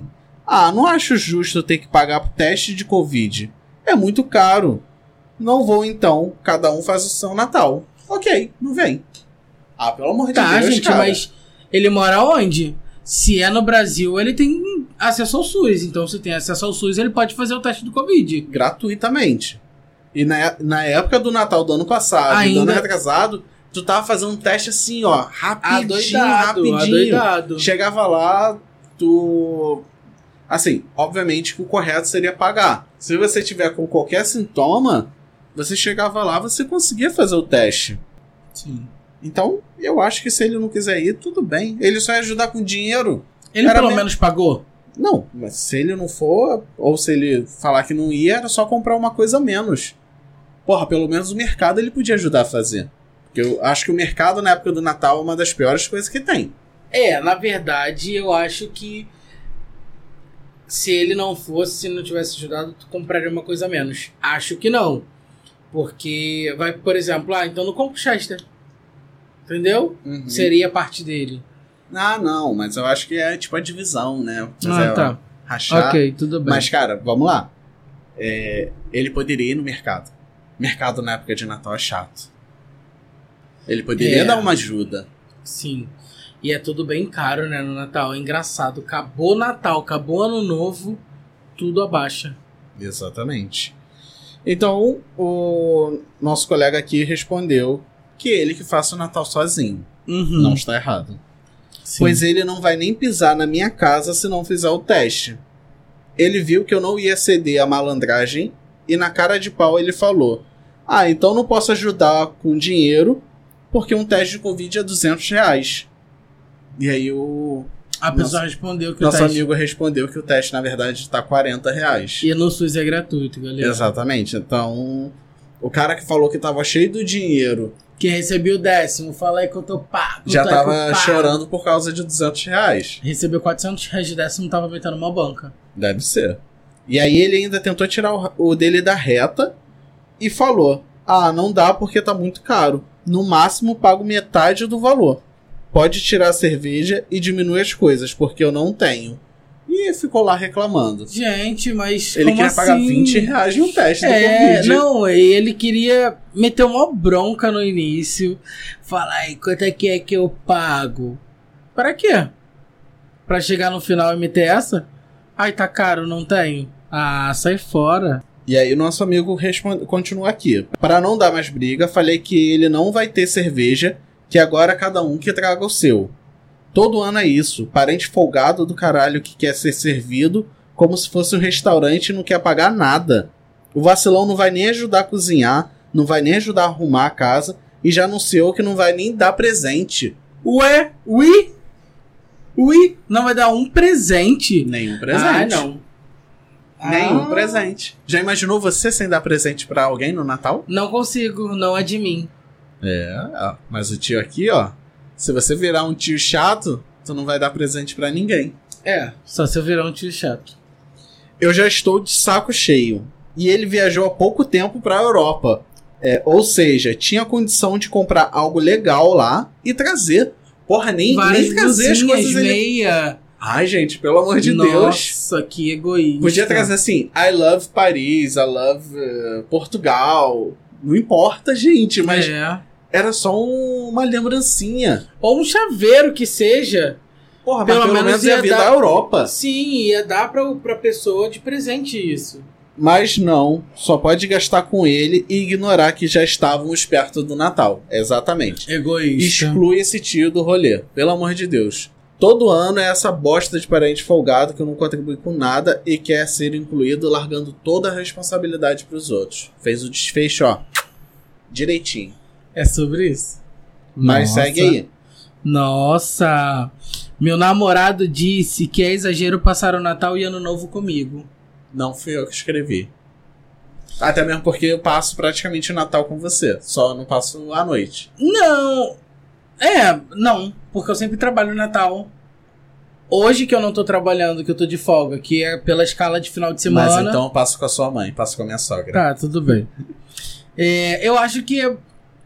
Ah, não acho justo ter que pagar por teste de Covid. É muito caro. Não vou então, cada um faz o seu Natal. Ok, não vem. Ah, pelo amor de Tá, Deus, gente, cara. mas ele mora onde? Se é no Brasil, ele tem acesso ao SUS. Então, se tem acesso ao SUS, ele pode fazer o teste do Covid. Gratuitamente. E na, na época do Natal do ano passado, Ainda... do ano retrasado, tu tava fazendo um teste assim, ó, rapidinho, Adoidado, rapidinho. adoidado. Chegava lá, tu... Assim, obviamente que o correto seria pagar. Se você tiver com qualquer sintoma, você chegava lá, você conseguia fazer o teste. Sim. Então, eu acho que se ele não quiser ir, tudo bem. Ele só ia ajudar com dinheiro. Ele Era pelo mesmo... menos pagou? Não, mas se ele não for, ou se ele falar que não ia, era só comprar uma coisa a menos. Porra, pelo menos o mercado ele podia ajudar a fazer. Porque eu acho que o mercado na época do Natal é uma das piores coisas que tem. É, na verdade, eu acho que se ele não fosse, se não tivesse ajudado, tu compraria uma coisa a menos. Acho que não. Porque vai, por exemplo, ah, então não compro Chester. Entendeu? Uhum. Seria parte dele. Ah, não, mas eu acho que é tipo a divisão, né? Mas Ah, é, tá. Rachar. Ok, tudo bem. Mas, cara, vamos lá. É, ele poderia ir no mercado. Mercado na época de Natal é chato. Ele poderia É. dar uma ajuda. Sim. E é tudo bem caro, né, no Natal. É engraçado. Acabou Natal, acabou Ano Novo, tudo abaixa. Exatamente. Então, o nosso colega aqui respondeu que ele que faça o Natal sozinho. Uhum. Não está errado. Sim. Pois ele não vai nem pisar na minha casa se não fizer o teste. Ele viu que eu não ia ceder à malandragem e na cara de pau ele falou: ah, então não posso ajudar com dinheiro porque um teste de Covid é duzentos reais. E aí o A pessoa nosso, respondeu que o nosso teste... amigo respondeu que o teste na verdade está quarenta reais. E no SUS é gratuito, galera. Exatamente. Então, o cara que falou que estava cheio do dinheiro... Que recebeu o décimo, fala aí que eu tô pago. Já tô tava pago. chorando por causa de duzentos reais. Recebeu quatrocentos reais de décimo, tava metendo uma banca. Deve ser. E aí ele ainda tentou tirar o, o dele da reta e falou: ah, não dá porque tá muito caro. No máximo pago metade do valor. Pode tirar a cerveja e diminuir as coisas, porque eu não tenho. E ficou lá reclamando. Gente, mas Ele como queria assim? pagar vinte reais no teste do É, Covid. não, ele queria meter uma bronca no início. Falar, aí, quanto é que é que eu pago? Pra quê? Pra chegar no final e meter essa? Ai, tá caro, não tenho. Ah, sai fora. E aí o nosso amigo responde, continua aqui. Para não dar mais briga, falei que ele não vai ter cerveja, que agora cada um que traga o seu. Todo ano é isso, parente folgado do caralho que quer ser servido como se fosse um restaurante e não quer pagar nada. O vacilão não vai nem ajudar a cozinhar, não vai nem ajudar a arrumar a casa e já anunciou que não vai nem dar presente. Ué, ui, ui, não vai dar um presente. Nenhum presente. Ah, não. Nenhum Ah. presente. Já imaginou você sem dar presente pra alguém no Natal? Não consigo, não é de mim. É, ó, mas o tio aqui, ó, se você virar um tio chato, tu não vai dar presente pra ninguém. É, só se eu virar um tio chato. Eu já estou de saco cheio. E ele viajou há pouco tempo pra Europa. É, ou seja, tinha condição de comprar algo legal lá e trazer. Porra, nem, Várias nem trazer as blusinhas, coisas. Ele... meia. Ai, gente, pelo amor de Deus. Nossa, que egoísta. Podia trazer assim, I love Paris, I love uh, Portugal. Não importa, gente, mas É. era só um- uma lembrancinha. Ou um chaveiro que seja. Porra, Pelo mas pelo menos menos ia ia vir dar- da Europa. Sim, ia dar pra, pra pessoa de presente isso. Mas não, só pode gastar com ele e ignorar que já estávamos perto do Natal. Exatamente. Egoísta. Exclui esse tio do rolê, pelo amor de Deus. Todo ano é essa bosta de parente folgado que não contribui com nada e quer ser incluído largando toda a responsabilidade pros outros. Fez o desfecho, ó, direitinho. É sobre isso. Mas Nossa. segue aí. Nossa. Meu namorado disse que é exagero passar o Natal e Ano Novo comigo. Não fui eu que escrevi. Até mesmo porque eu passo praticamente o Natal com você. Só não passo à noite. Não. É, não. Porque eu sempre trabalho no Natal. Hoje que eu não tô trabalhando, que eu tô de folga, que é pela escala de final de semana. Mas então eu passo com a sua mãe, passo com a minha sogra. Tá, tudo bem. É, eu acho que é,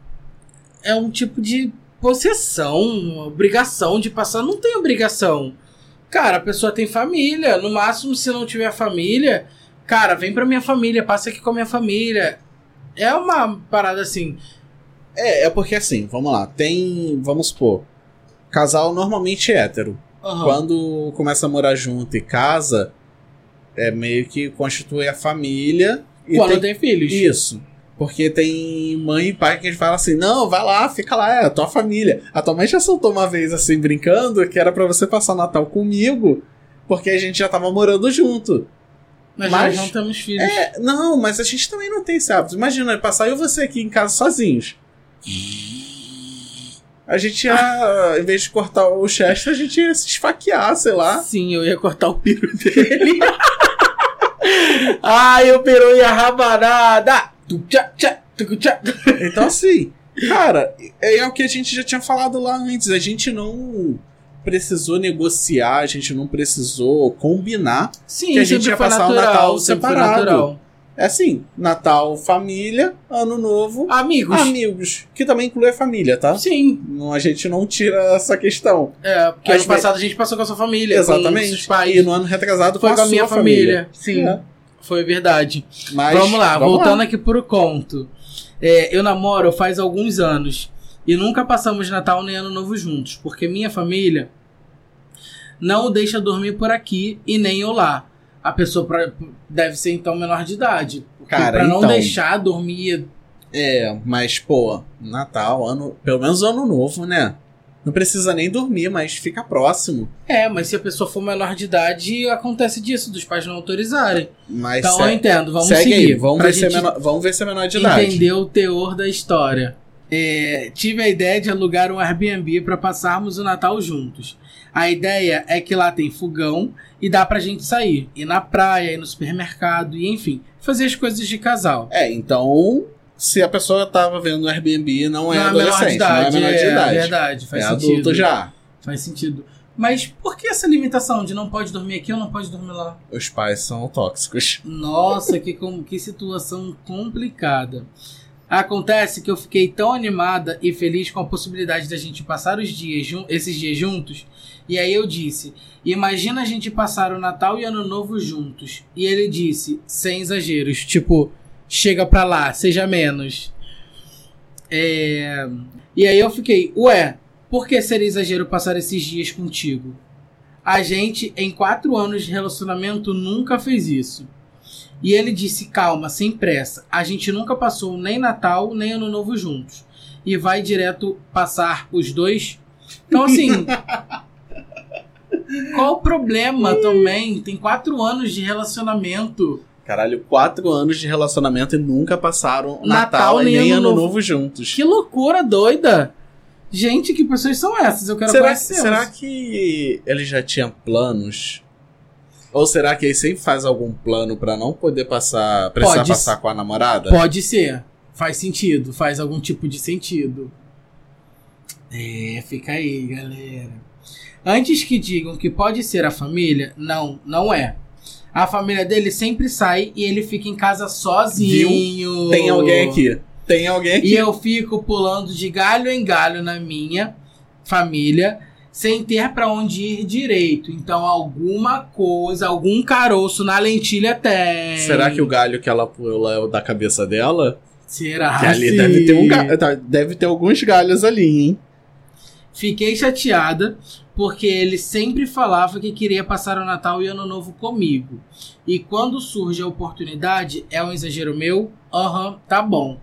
é um tipo de possessão, obrigação de passar. Não tem obrigação. Cara, a pessoa tem família. No máximo, se não tiver família, cara, vem pra minha família, passa aqui com a minha família. É uma parada assim. É, é porque assim, vamos lá, tem, vamos supor, casal normalmente hétero. Uhum. Quando começa a morar junto e casa, é meio que constitui a família. E Quando tem, tem filhos. Isso. Porque tem mãe e pai que falam assim, não, vai lá, fica lá, é a tua família. A tua mãe já soltou uma vez assim, brincando, que era pra você passar Natal comigo, porque a gente já tava morando junto. Mas, mas nós não temos filhos. É, não, mas a gente também não tem esse hábito. Imagina, passar eu e você aqui em casa sozinhos. A gente ia, em vez de cortar o Chester, a gente ia se esfaquear, sei lá. Sim, eu ia cortar o peru dele. Ai, o peru ia rabanada. Então assim, cara, é o que a gente já tinha falado lá antes. A gente não precisou negociar, a gente não precisou combinar. Sim, que a gente ia passar natural, o Natal separado. separado. É assim, Natal, família, Ano Novo, amigos. Amigos, que também inclui a família, tá? Sim. Não, a gente não tira essa questão. É, porque Às ano passado a gente passou com a sua família. Exatamente. Com os pais. E no ano retrasado foi com a, com a minha sua família. família. Sim, é. Foi verdade. Mas, vamos lá, vamos voltando lá. aqui pro conto. É, eu namoro faz alguns anos e nunca passamos Natal nem Ano Novo juntos, porque minha família não o deixa dormir por aqui e nem eu lá. A pessoa pra, deve ser então menor de idade. Cara, pra não então, deixar dormir. É, mas pô, Natal, ano, pelo menos Ano Novo, né? Não precisa nem dormir, mas fica próximo. É, mas se a pessoa for menor de idade, acontece disso, dos pais não autorizarem. Mas então segue, eu entendo, vamos segue seguir. Aí, vamos, ver se é menor, vamos ver se é menor de idade. Entender o teor da história. É, tive a ideia de alugar um Airbnb para passarmos o Natal juntos. A ideia é que lá tem fogão e dá pra gente sair. Ir na praia, ir no supermercado e enfim, fazer as coisas de casal. É, então... Se a pessoa tava vendo no Airbnb, não é não adolescente, não é menor de idade. É É verdade, faz é sentido. adulto já. Faz sentido. Mas por que essa limitação de não pode dormir aqui ou não pode dormir lá? Os pais são tóxicos. Nossa, que, que situação complicada. Acontece que eu fiquei tão animada e feliz com a possibilidade da gente passar os dias, esses dias juntos. E aí eu disse, imagina a gente passar o Natal e Ano Novo juntos. E ele disse, sem exageros, tipo... Chega pra lá, seja menos. É... E aí eu fiquei, ué, por que seria exagero passar esses dias contigo? A gente, em quatro anos de relacionamento, nunca fez isso. E ele disse, calma, sem pressa. A gente nunca passou nem Natal, nem Ano Novo juntos. E vai direto passar os dois? Então assim... qual o problema também? Tem quatro anos de relacionamento... Caralho, quatro anos de relacionamento e nunca passaram Natal, Natal nem, nem Ano Ano Novo. Novo juntos. Que loucura doida! Gente, que pessoas são essas? Eu quero será, conhecer. Será que ele já tinha planos? Ou será que ele sempre faz algum plano pra não poder passar, precisar Pode passar com a namorada? Pode ser. Faz sentido. Faz algum tipo de sentido. É, fica aí, galera. Antes que digam que pode ser a família, não, não é. A família dele sempre sai e ele fica em casa sozinho. Viu? Tem alguém aqui. Tem alguém aqui. E eu fico pulando de galho em galho na minha família, sem ter pra onde ir direito. Então alguma coisa, algum caroço na lentilha tem. Será que o galho que ela pula é o da cabeça dela? Será? Que ali sim? deve ter, um ga... deve ter alguns galhos ali, hein? Fiquei chateada porque ele sempre falava que queria passar o Natal e Ano Novo comigo. E quando surge a oportunidade, é um exagero meu? Aham, uhum, tá bom.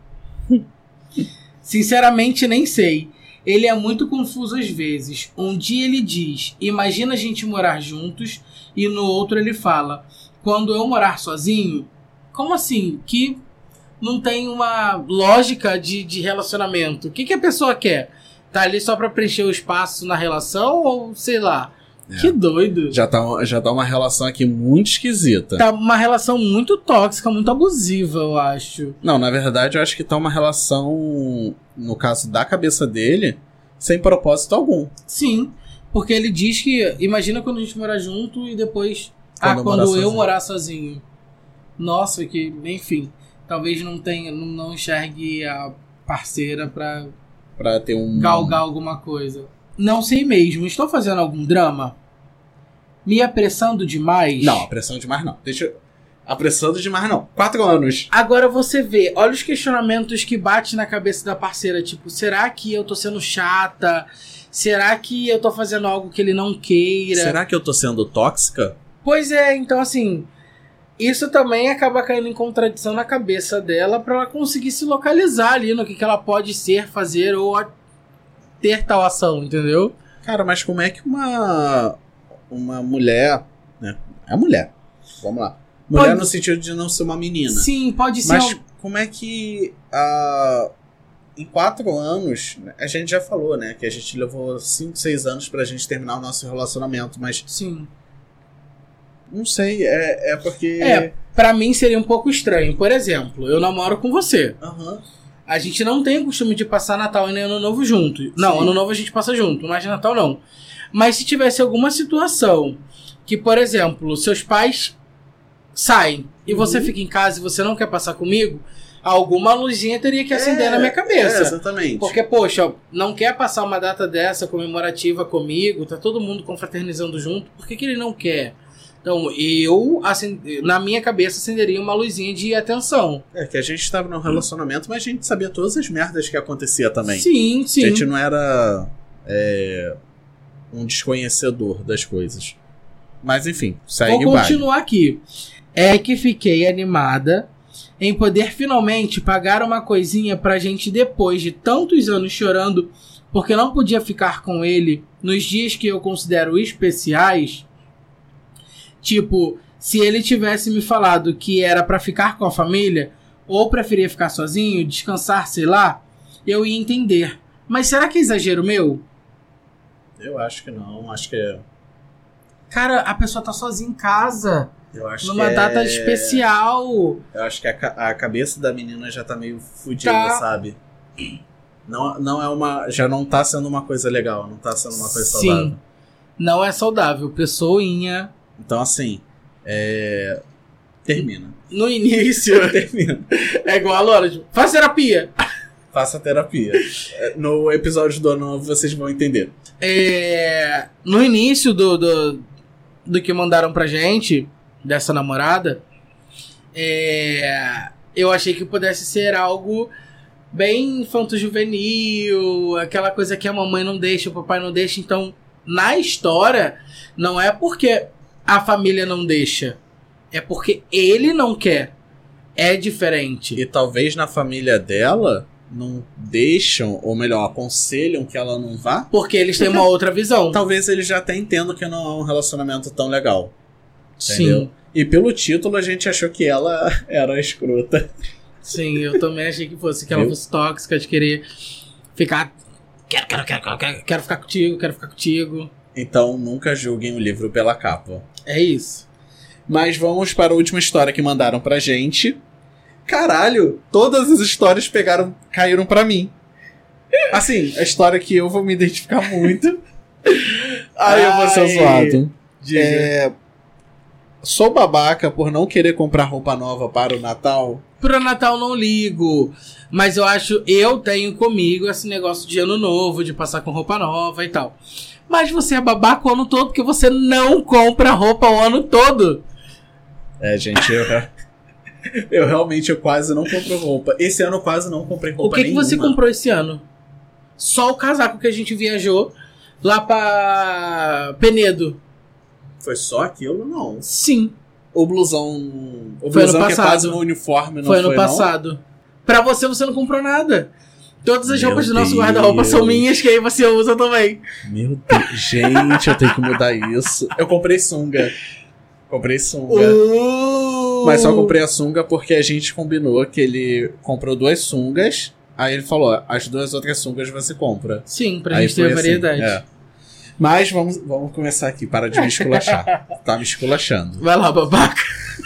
Sinceramente, nem sei. Ele é muito confuso às vezes. Um dia ele diz, imagina a gente morar juntos, e no outro ele fala, quando eu morar sozinho? Como assim? Que não tem uma lógica de, de relacionamento. O que, que a pessoa quer? Tá ali só pra preencher o espaço na relação ou sei lá? É. Que doido. Já tá, já tá uma relação aqui muito esquisita. Tá uma relação muito tóxica, muito abusiva, eu acho. Não, na verdade eu acho que tá uma relação, no caso da cabeça dele, sem propósito algum. Sim, porque ele diz que, imagina quando a gente morar junto e depois, quando ah, eu quando morar eu morar sozinho. Nossa, que, enfim, talvez não tenha, não, não enxergue a parceira pra... Pra ter um... galgar alguma coisa. Não sei mesmo. Estou fazendo algum drama? Me apressando demais? Não, apressando demais não. Deixa eu... Apressando demais não. Quatro anos. Agora você vê, olha os questionamentos que bate na cabeça da parceira. Tipo, será que eu tô sendo chata? Será que eu tô fazendo algo que ele não queira? Será que eu tô sendo tóxica? Pois é, então assim... Isso também acaba caindo em contradição na cabeça dela pra ela conseguir se localizar ali no que, que ela pode ser, fazer ou a... ter tal ação, entendeu? Cara, mas como é que uma... Uma mulher... Né? É mulher. Vamos lá. Mulher pode... no sentido de não ser uma menina. Sim, pode ser. Mas um... como é que uh, em quatro anos, a gente já falou, né? Que a gente levou cinco, seis anos pra gente terminar o nosso relacionamento, mas... Sim. Não sei, é, é porque... É, pra mim seria um pouco estranho. Por exemplo, eu namoro com você. Aham. Uhum. A gente não tem o costume de passar Natal e nem Ano Novo junto. Não, Sim. Ano Novo a gente passa junto, mas Natal não. Mas se tivesse alguma situação que, por exemplo, seus pais... saem e uhum. você fica em casa e você não quer passar comigo, alguma luzinha teria que acender é, na minha cabeça. É, exatamente. Porque, poxa, não quer passar uma data dessa comemorativa comigo, tá todo mundo confraternizando junto, por que que ele não quer? Então, eu, acend... na minha cabeça, acenderia uma luzinha de atenção. É, que a gente estava num relacionamento, mas a gente sabia todas as merdas que acontecia também. Sim, sim. A gente não era é, um desconhecedor das coisas. Mas, enfim, segue Vou continuar aqui. É que fiquei animada em poder finalmente pagar uma coisinha pra gente depois de tantos anos chorando porque não podia ficar com ele nos dias que eu considero especiais. Tipo, se ele tivesse me falado que era pra ficar com a família ou preferia ficar sozinho, descansar, sei lá, eu ia entender. Mas será que é exagero meu? Eu acho que não, acho que é... Cara, a pessoa tá sozinha em casa. Eu acho numa que data é... especial. Eu acho que a, a cabeça da menina já tá meio fodida, tá. Sabe? Não, não é uma... Já não tá sendo uma coisa legal, não tá sendo uma coisa Sim, saudável. Sim, não é saudável. Pessoinha... Então, assim, é... termina. No início, termina. É igual a Laura, tipo, faz terapia. Faça terapia. No episódio do ano novo vocês vão entender. É... No início do, do, do que mandaram pra gente, dessa namorada, é... eu achei que pudesse ser algo bem infanto-juvenil, aquela coisa que a mamãe não deixa, o papai não deixa. Então, na história, não é porque... a família não deixa. É porque ele não quer. É diferente. E talvez na família dela não deixam, ou melhor, aconselham que ela não vá. Porque eles têm uma outra visão. Talvez eles já até entendam que não é um relacionamento tão legal. Entendeu? Sim. E pelo título a gente achou que ela era escrota. Sim, eu também achei que fosse. Que ela fosse tóxica, de querer ficar... Quero, quero, quero, quero, quero ficar contigo, quero ficar contigo. Então, nunca julguem o livro pela capa. É isso. Mas vamos para a última história que mandaram pra gente. Caralho, todas as histórias pegaram, caíram pra mim. Assim, a história que eu vou me identificar muito. Ai, eu vou ser zoado. É... Sou babaca por não querer comprar roupa nova para o Natal. Pro Natal não ligo. Mas eu acho, eu tenho comigo esse negócio de ano novo, de passar com roupa nova e tal. Mas você é babaca o ano todo porque você não compra roupa o ano todo. É, gente, eu, eu realmente eu quase não compro roupa. Esse ano eu quase não comprei roupa nenhuma. O que, nenhuma. que você comprou esse ano? Só o casaco que a gente viajou lá pra Penedo. Foi só aquilo? Não. Sim. O blusão... O foi blusão ano que passado. é quase um uniforme, não foi? Foi ano passado. Não? Pra você, você não comprou nada. Todas as Meu roupas do Deus. nosso guarda-roupa são minhas, que aí você usa também. Meu Deus. Gente, eu tenho que mudar isso. Eu comprei sunga. Comprei sunga. Uh! Mas só comprei a sunga porque a gente combinou que ele comprou duas sungas. Aí ele falou, as duas outras sungas você compra. Sim, pra aí gente ter assim, variedade. É. Mas vamos, vamos começar aqui. Para de me esculachar. Tá me esculachando. Vai lá, babaca.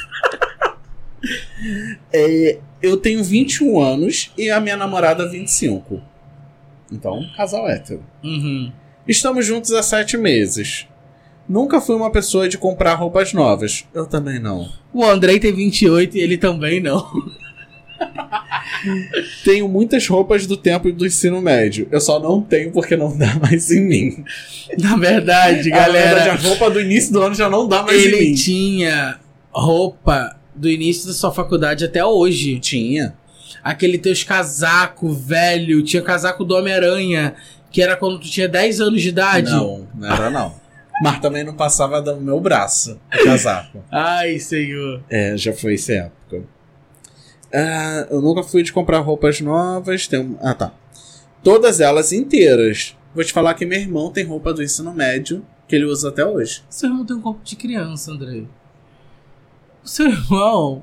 É, eu tenho vinte e um anos e a minha namorada vinte e cinco. Então, casal hétero. Uhum. Estamos juntos há sete meses. Nunca fui uma pessoa de comprar roupas novas. Eu também não. O Andrei tem vinte e oito e ele também não. Tenho muitas roupas do tempo do ensino médio. Eu só não tenho porque não dá mais em mim. Na verdade, galera... Na verdade, a roupa do início do ano já não dá mais em mim. Ele tinha roupa do início da sua faculdade até hoje. Tinha. Aquele teus casaco velho. Tinha casaco do Homem-Aranha, que era quando tu tinha dez anos de idade. Não, não era não. Mas também não passava do meu braço o casaco. Ai, senhor. É, já foi essa época. Ah, eu nunca fui de comprar roupas novas. Tem... Ah, tá. Todas elas inteiras. Vou te falar que meu irmão tem roupa do ensino médio que ele usa até hoje. Seu irmão tem um corpo de criança, Andrei. O seu irmão...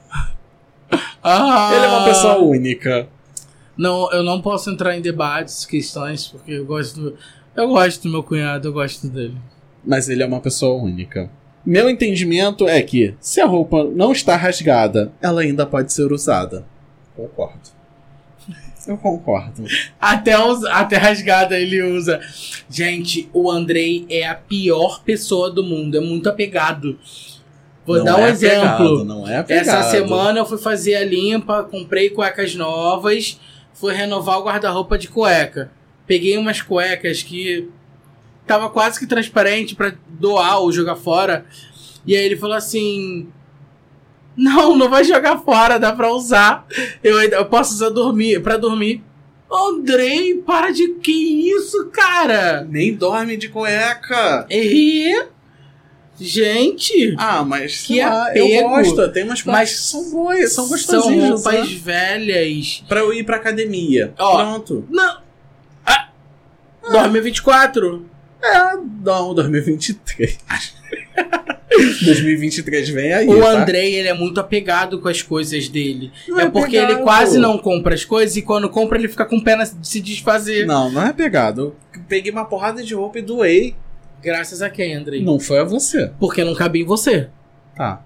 Ah, ele é uma pessoa única. Não, eu não posso entrar em debates, questões, porque eu gosto... Eu gosto do meu cunhado, eu gosto dele. Mas ele é uma pessoa única. Meu entendimento é que, se a roupa não está rasgada, ela ainda pode ser usada. Concordo. Eu concordo. Até, os, até rasgada ele usa. Gente, o Andrei é a pior pessoa do mundo. É muito apegado. Vou não dar um é exemplo. Apegado, não é apegado. Essa semana eu fui fazer a limpa, comprei cuecas novas, fui renovar o guarda-roupa de cueca. Peguei umas cuecas que tava quase que transparente pra doar ou jogar fora. E aí ele falou assim... Não, não vai jogar fora, dá pra usar. Eu, eu posso usar dormir, pra dormir. Andrei, para de... Que isso, cara? Nem dorme de cueca. E... Gente... Ah, mas que lá, apego. eu gosto. Tem umas mas que são boas, são são gostosinhas. roupas né? velhas. Pra eu ir pra academia. Ó, pronto. Não. Ah, ah. dois mil e vinte e quatro. É, não, dois mil e vinte e três. dois mil e vinte e três vem aí, O tá? Andrei, ele é muito apegado com as coisas dele. Não é é porque apegado. ele quase não compra as coisas e quando compra ele fica com pena de se desfazer. Não, não é pegado. Eu peguei uma porrada de roupa e doei. Graças a quem, Andrei? Não foi a você. Porque não cabia em você. Tá.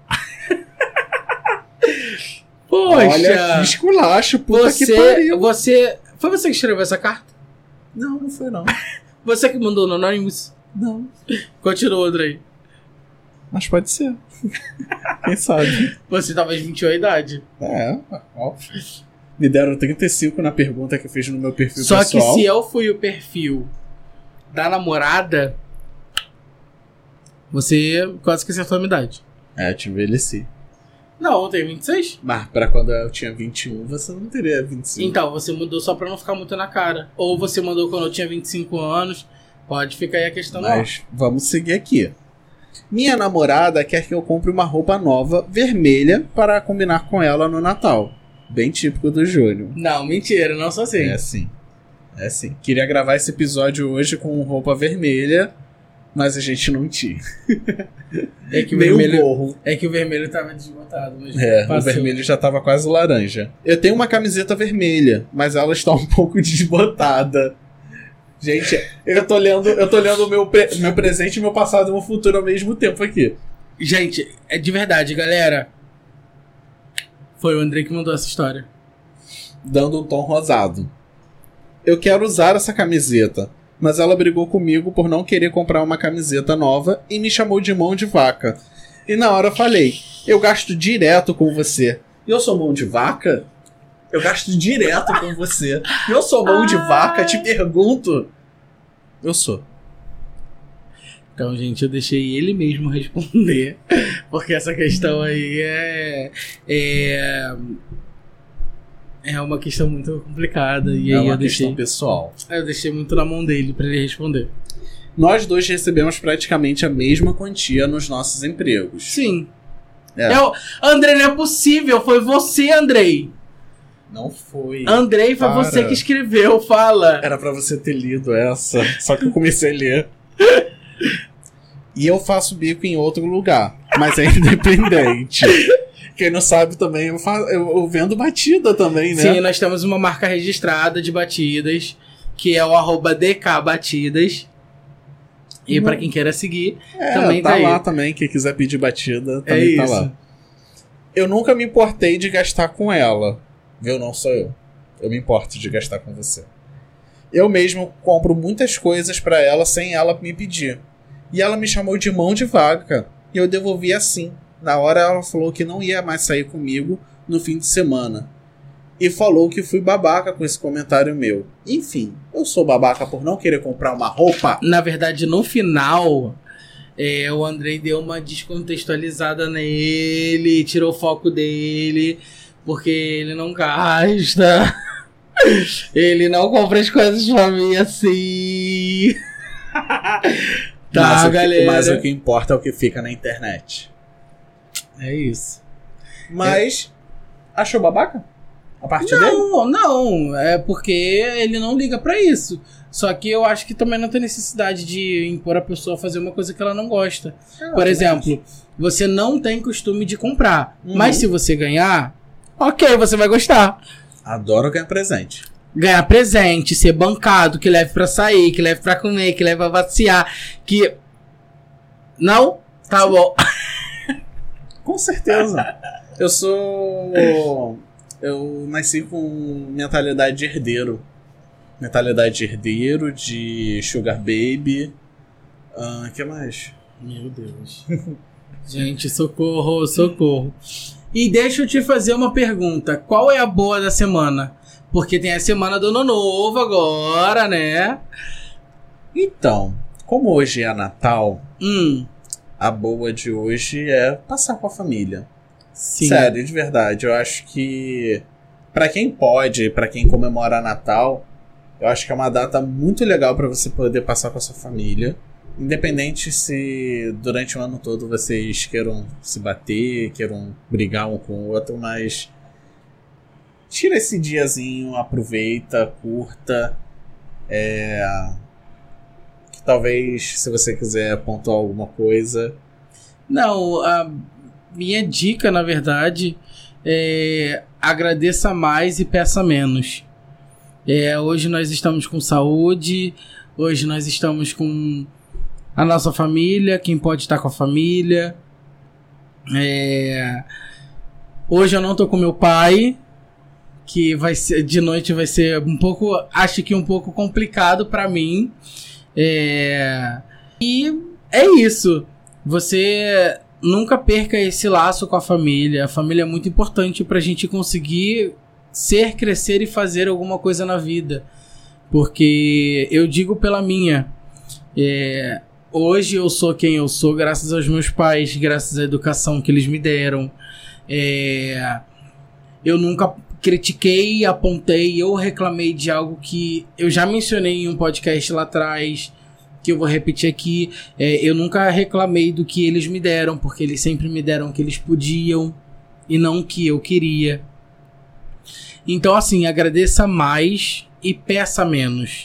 Poxa. Olha, que esculacho, puta você, que pariu. Você... Foi você que escreveu essa carta? Não, não foi não. Você que mandou no Anonymous? Não. Continua, Andrei. Mas pode ser. Quem sabe? Você talvez mentiu a idade. É, óbvio. Me deram trinta e cinco na pergunta que eu fiz no meu perfil Só pessoal. que se eu fui o perfil da namorada, você quase que acertou a minha idade. É, eu te envelheci. Não, eu tenho vinte e seis. Mas pra quando eu tinha vinte e um, você não teria vinte e cinco. Então, você mudou só pra não ficar muito na cara. Ou você mandou quando eu tinha vinte e cinco anos. Pode ficar aí a questão. Mas vamos seguir aqui. Minha namorada quer que eu compre uma roupa nova, vermelha, para combinar com ela no Natal. Bem típico do Júnior. Não, mentira, não sou assim. É sim. É sim. Queria gravar esse episódio hoje com roupa vermelha, mas a gente não tinha. É que o Nem vermelho, o gorro. é que o vermelho tava desbotado. Mas É, passou. o vermelho já tava quase laranja. Eu tenho uma camiseta vermelha, mas ela está um pouco desbotada. Gente, eu tô lendo, eu tô lendo o meu, pre- meu presente, meu passado e meu futuro ao mesmo tempo aqui. Gente, é de verdade, galera. Foi o Andrei que mandou essa história. Dando um tom rosado. Eu quero usar essa camiseta, mas ela brigou comigo por não querer comprar uma camiseta nova e me chamou de mão de vaca. E na hora eu falei, eu gasto direto com você. E eu sou mão de vaca? Eu gasto direto com você. E eu sou mão de vaca? Te pergunto. Eu sou. Então, gente, eu deixei ele mesmo responder. Porque essa questão aí é... É, é uma questão muito complicada. E É aí uma eu deixei, questão pessoal. eu deixei muito na mão dele pra ele responder. Nós dois recebemos praticamente a mesma quantia nos nossos empregos. Sim. É. Eu, Andrei, não é possível. Foi você, Andrei. Não foi. Andrei, foi Para. você que escreveu. Fala. Era pra você ter lido essa, só que eu comecei a ler. E eu faço bico em outro lugar, mas é independente. Quem não sabe também, eu, faço, eu, eu vendo batida também, né? Sim, nós temos uma marca registrada de batidas, que é o arroba D K Batidas. E Não. pra quem queira seguir, É, também tá tá aí. lá também, quem quiser pedir batida, É também tá isso. lá. Eu nunca me importei de gastar com ela. Viu? Não sou eu. Eu me importo de gastar com você. Eu mesmo compro muitas coisas pra ela sem ela me pedir. E ela me chamou de mão de vaca. E eu devolvi assim. Na hora ela falou que não ia mais sair comigo no fim de semana. e falou que fui babaca com esse comentário meu. Enfim, eu sou babaca por não querer comprar uma roupa? Na verdade, no final, é, o Andrei deu uma descontextualizada nele, tirou o foco dele, porque ele não gasta, ele não compra as coisas pra mim assim. Tá, mas o que, galera. Mas o que importa é o que fica na internet. É isso. Mas, é... achou babaca? A partir não, dele? Não, não. É porque ele não liga pra isso. Só que eu acho que também não tem necessidade de impor a pessoa a fazer uma coisa que ela não gosta. Ah, Por exemplo, você não tem costume de comprar. Uhum. Mas se você ganhar, ok, você vai gostar. Adoro ganhar presente. Ganhar presente, ser bancado, que leve pra sair, que leve pra comer, que leve pra passear, que... Não? Tá Sim. bom. Com certeza. Eu sou... Eu nasci com mentalidade de herdeiro. Mentalidade de herdeiro, de sugar baby. O uh, que mais? Meu Deus. Gente, socorro, socorro. E deixa eu te fazer uma pergunta. Qual é a boa da semana? Porque tem a semana do ano novo agora, né? Então, como hoje é Natal, hum. a boa de hoje é passar com a família. Sim. Sério, de verdade. Eu acho que pra quem pode, pra quem comemora Natal, eu acho que é uma data muito legal pra você poder passar com a sua família. Independente se durante o ano todo vocês queiram se bater, queiram brigar um com o outro, mas... Tira esse diazinho, aproveita, curta. É... Que talvez, se você quiser pontuar alguma coisa. Não, a minha dica, na verdade, é agradeça mais e peça menos. É, hoje nós estamos com saúde, hoje nós estamos com a nossa família, quem pode estar com a família. É... Hoje eu não tô com meu pai, que vai ser, de noite vai ser um pouco, acho que um pouco complicado pra mim. É... E é isso. Você nunca perca esse laço com a família. A família é muito importante pra gente conseguir ser, crescer e fazer alguma coisa na vida. Porque eu digo pela minha. É... Hoje eu sou quem eu sou graças aos meus pais, graças à educação que eles me deram. É... Eu nunca critiquei, apontei, eu reclamei de algo que eu já mencionei em um podcast lá atrás, que eu vou repetir aqui. É, eu nunca reclamei do que eles me deram, porque eles sempre me deram o que eles podiam e não o que eu queria. Então, assim, agradeça mais e peça menos.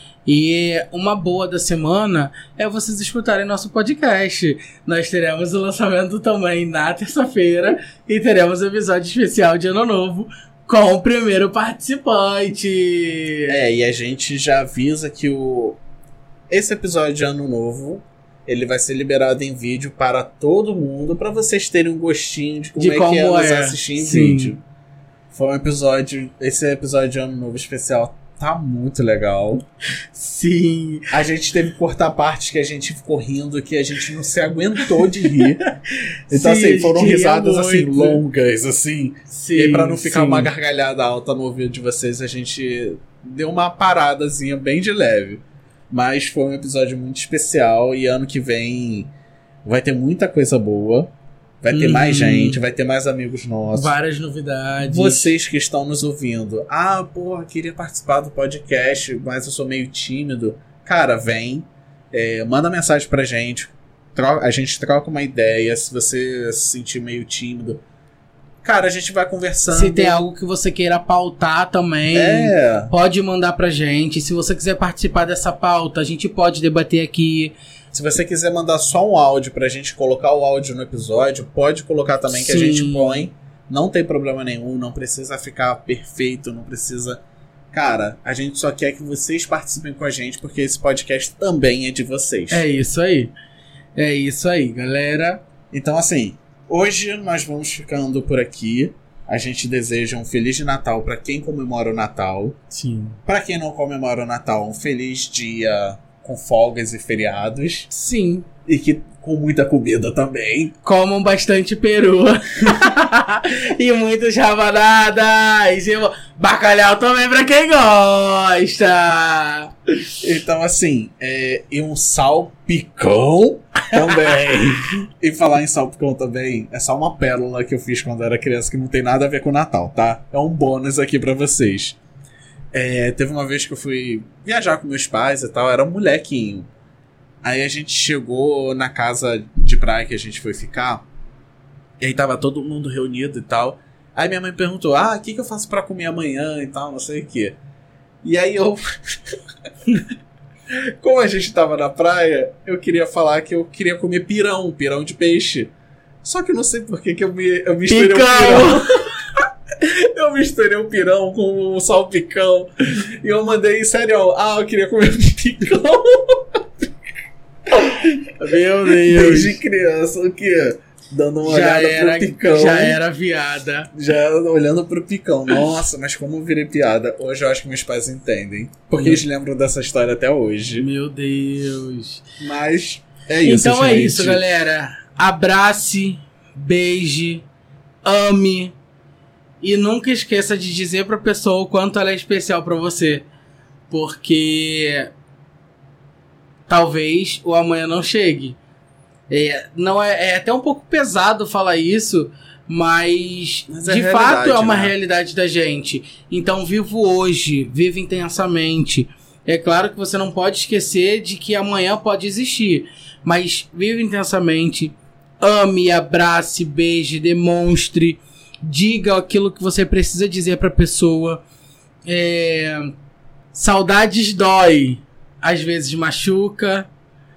E uma boa da semana é vocês escutarem nosso podcast. Nós teremos o lançamento também na terça-feira e teremos um episódio especial de Ano Novo com o primeiro participante. É, e a gente já avisa que o esse episódio de Ano Novo, ele vai ser liberado em vídeo para todo mundo, para vocês terem um gostinho de como, de é como que é nos assistir em Sim. vídeo. Foi um episódio, esse episódio de Ano Novo especial tá muito legal. Sim. A gente teve que cortar partes que a gente ficou rindo, que a gente não se aguentou de rir. Então, sim, assim, foram risadas assim, longas, assim. Sim, e pra não ficar sim. uma gargalhada alta no ouvido de vocês, a gente deu uma paradazinha bem de leve. Mas foi um episódio muito especial e ano que vem vai ter muita coisa boa. Vai ter hum, mais gente, vai ter mais amigos nossos. Várias novidades. Vocês que estão nos ouvindo. Ah, porra, queria participar do podcast, mas eu sou meio tímido. Cara, vem. É, manda mensagem pra gente. Troca, a gente troca uma ideia. Se você se sentir meio tímido. Cara, a gente vai conversando. Se tem algo que você queira pautar também, é. pode mandar pra gente. Se você quiser participar dessa pauta, a gente pode debater aqui. Se você quiser mandar só um áudio pra gente colocar o áudio no episódio, pode colocar também. Sim. Que a gente põe. Não tem problema nenhum, não precisa ficar perfeito, não precisa... Cara, a gente só quer que vocês participem com a gente, porque esse podcast também é de vocês. É isso aí. É isso aí, galera. Então, assim, hoje nós vamos ficando por aqui. A gente deseja um Feliz de Natal pra quem comemora o Natal. Sim. Pra quem não comemora o Natal, um feliz dia... com folgas e feriados. Sim. E que com muita comida também. Comam bastante peru. E muitas rabanadas. E bacalhau também pra quem gosta. Então, assim, é, e um salpicão também. E falar em salpicão também, é só uma pérola que eu fiz quando era criança que não tem nada a ver com o Natal, tá? É um bônus aqui pra vocês. É, teve uma vez que eu fui viajar com meus pais e tal, era um molequinho. Aí a gente chegou na casa de praia que a gente foi ficar. E aí tava todo mundo reunido e tal. Aí minha mãe perguntou, ah, o que, que eu faço pra comer amanhã e tal, não sei o quê. E aí eu... Como a gente tava na praia, eu queria falar que eu queria comer pirão, pirão de peixe. Só que eu não sei por que, que eu me eu misturei o pirão. Eu misturei o pirão com o salpicão. E eu mandei, sério, ah, eu queria comer picão. Meu Deus. Desde criança, o quê? Dando uma já olhada era, pro picão. Já era viada. Já olhando pro picão. Nossa, mas como eu virei piada. Hoje eu acho que meus pais entendem. Porque hum. eles lembram dessa história até hoje. Meu Deus. Mas é isso, Então gente. é isso, galera. Abrace, beije, ame. E nunca esqueça de dizer pra pessoa o quanto ela é especial pra você. Porque... talvez o amanhã não chegue. É, não é, é até um pouco pesado falar isso, mas, mas é de fato é uma né? realidade da gente. Então viva hoje, viva intensamente. É claro que você não pode esquecer de que amanhã pode existir, mas viva intensamente, ame, abrace, beije, demonstre, diga aquilo que você precisa dizer pra pessoa. É, saudades dói. Às vezes machuca,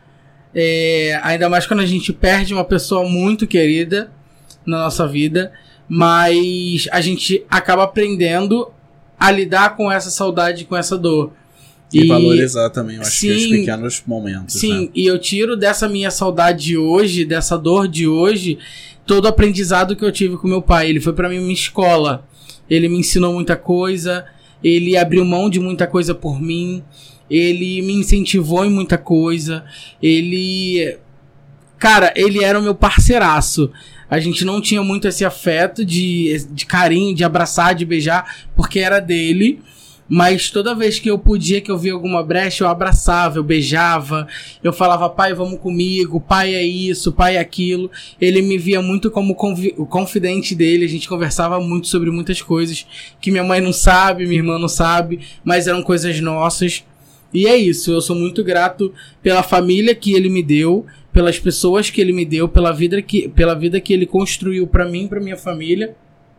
é, ainda mais quando a gente perde uma pessoa muito querida na nossa vida, mas a gente acaba aprendendo a lidar com essa saudade, com essa dor. E, e valorizar também, eu acho sim, que os pequenos momentos. Sim, né? E eu tiro dessa minha saudade de hoje, dessa dor de hoje, todo o aprendizado que eu tive com meu pai. Ele foi pra mim uma escola, ele me ensinou muita coisa, ele abriu mão de muita coisa por mim. Ele me incentivou em muita coisa. Ele... Cara, ele era o meu parceiraço. A gente não tinha muito esse afeto de, de carinho, de abraçar, de beijar, porque era dele. Mas toda vez que eu podia, que eu via alguma brecha, eu abraçava, eu beijava. Eu falava, pai, vamos comigo. Pai é isso, pai é aquilo. Ele me via muito como convi- o confidente dele. A gente conversava muito sobre muitas coisas que minha mãe não sabe, minha irmã não sabe, mas eram coisas nossas. E é isso, eu sou muito grato pela família que ele me deu, pelas pessoas que ele me deu, pela vida que, pela vida que ele construiu pra mim e pra minha família.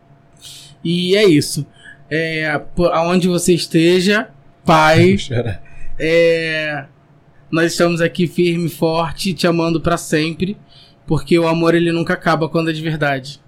E é isso. É, por, aonde você esteja, pai, é, nós estamos aqui firme e forte, te amando pra sempre, porque o amor ele nunca acaba quando é de verdade.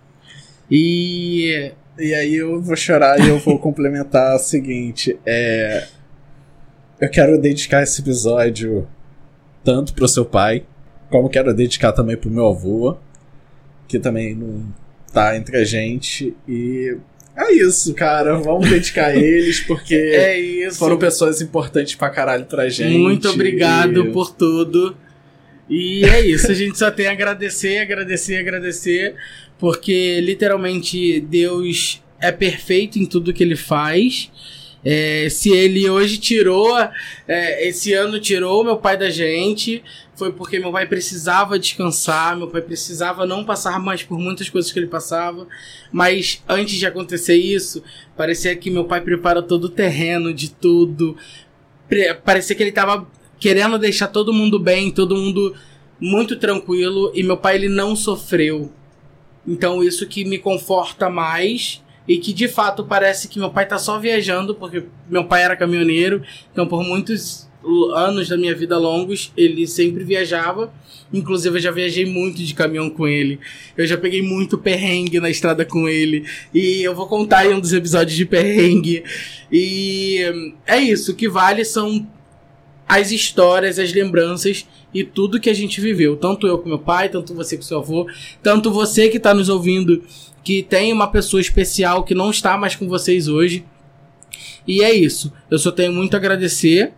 E, e aí eu vou chorar e eu vou complementar o seguinte, é... eu quero dedicar esse episódio tanto pro seu pai, como quero dedicar também pro meu avô, que também não tá entre a gente. E é isso, cara. Vamos dedicar eles, porque é isso. Foram pessoas importantes pra caralho pra gente. Muito obrigado e... por tudo. E é isso, a gente só tem a agradecer, agradecer, agradecer, porque literalmente Deus é perfeito em tudo que ele faz. É, se ele hoje tirou, é, esse ano tirou meu pai da gente, foi porque meu pai precisava descansar, meu pai precisava não passar mais por muitas coisas que ele passava, mas antes de acontecer isso, parecia que meu pai preparou todo o terreno de tudo, Pre- parecia que ele tava querendo deixar todo mundo bem, todo mundo muito tranquilo, e meu pai ele não sofreu, então isso que me conforta mais. E que de fato parece que meu pai tá só viajando, porque meu pai era caminhoneiro, então por muitos anos da minha vida longos, ele sempre viajava. Inclusive eu já viajei muito de caminhão com ele, eu já peguei muito perrengue na estrada com ele, e eu vou contar em um dos episódios de perrengue. E é isso, o que vale são as histórias, as lembranças e tudo que a gente viveu, tanto eu com meu pai, tanto você com seu avô, tanto você que tá nos ouvindo, que tem uma pessoa especial que não está mais com vocês hoje. E é isso. Eu só tenho muito a agradecer.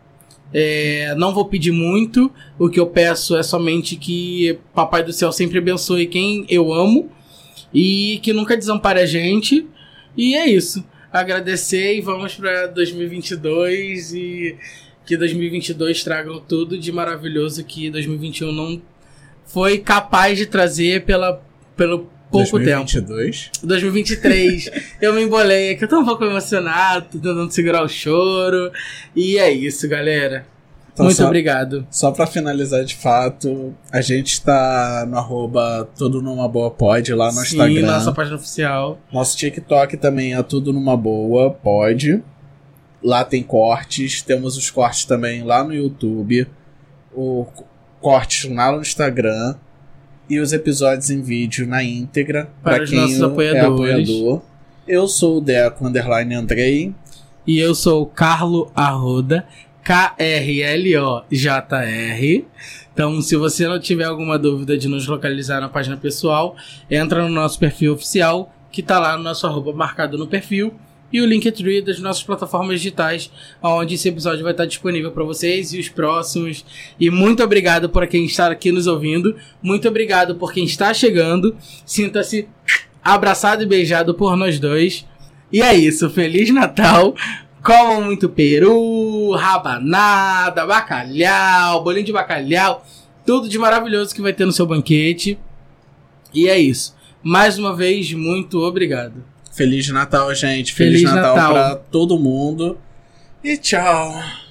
É, não vou pedir muito. O que eu peço é somente que Papai do Céu sempre abençoe quem eu amo e que nunca desampare a gente. E é isso. Agradecer e vamos para dois mil e vinte e dois e que dois mil e vinte e dois tragam tudo de maravilhoso que dois mil e vinte e um não foi capaz de trazer pela, pelo pouco dois mil e vinte e dois? tempo. dois mil e vinte e três. Eu me embolei aqui, eu tô um pouco emocionado, tô tentando segurar o choro. E é isso, galera. Então, muito só, obrigado. Só pra finalizar de fato, a gente tá no arroba Tudo Numa Boa Pod lá no Sim, Instagram. nossa página oficial. Nosso TikTok também é Tudo Numa Boa Pod. Lá tem cortes, temos os cortes também lá no YouTube. O cortes lá no Instagram. E os episódios em vídeo na íntegra. Para pra os quem nossos é apoiadores. apoiador. Eu sou o Deco Underline Andrei. E eu sou o Carlo Arruda. K R L O J R. Então, se você não tiver alguma dúvida de nos localizar na página pessoal, entra no nosso perfil oficial, que tá lá no nosso arroba marcado no perfil, e o Linktree das nossas plataformas digitais, onde esse episódio vai estar disponível para vocês e os próximos. E muito obrigado por quem está aqui nos ouvindo. Muito obrigado por quem está chegando. Sinta-se abraçado e beijado por nós dois. E é isso. Feliz Natal. Comam muito peru, rabanada, bacalhau, bolinho de bacalhau, tudo de maravilhoso que vai ter no seu banquete. E é isso. Mais uma vez, muito obrigado. Feliz Natal, gente. Feliz, Feliz Natal, Natal pra todo mundo. E tchau.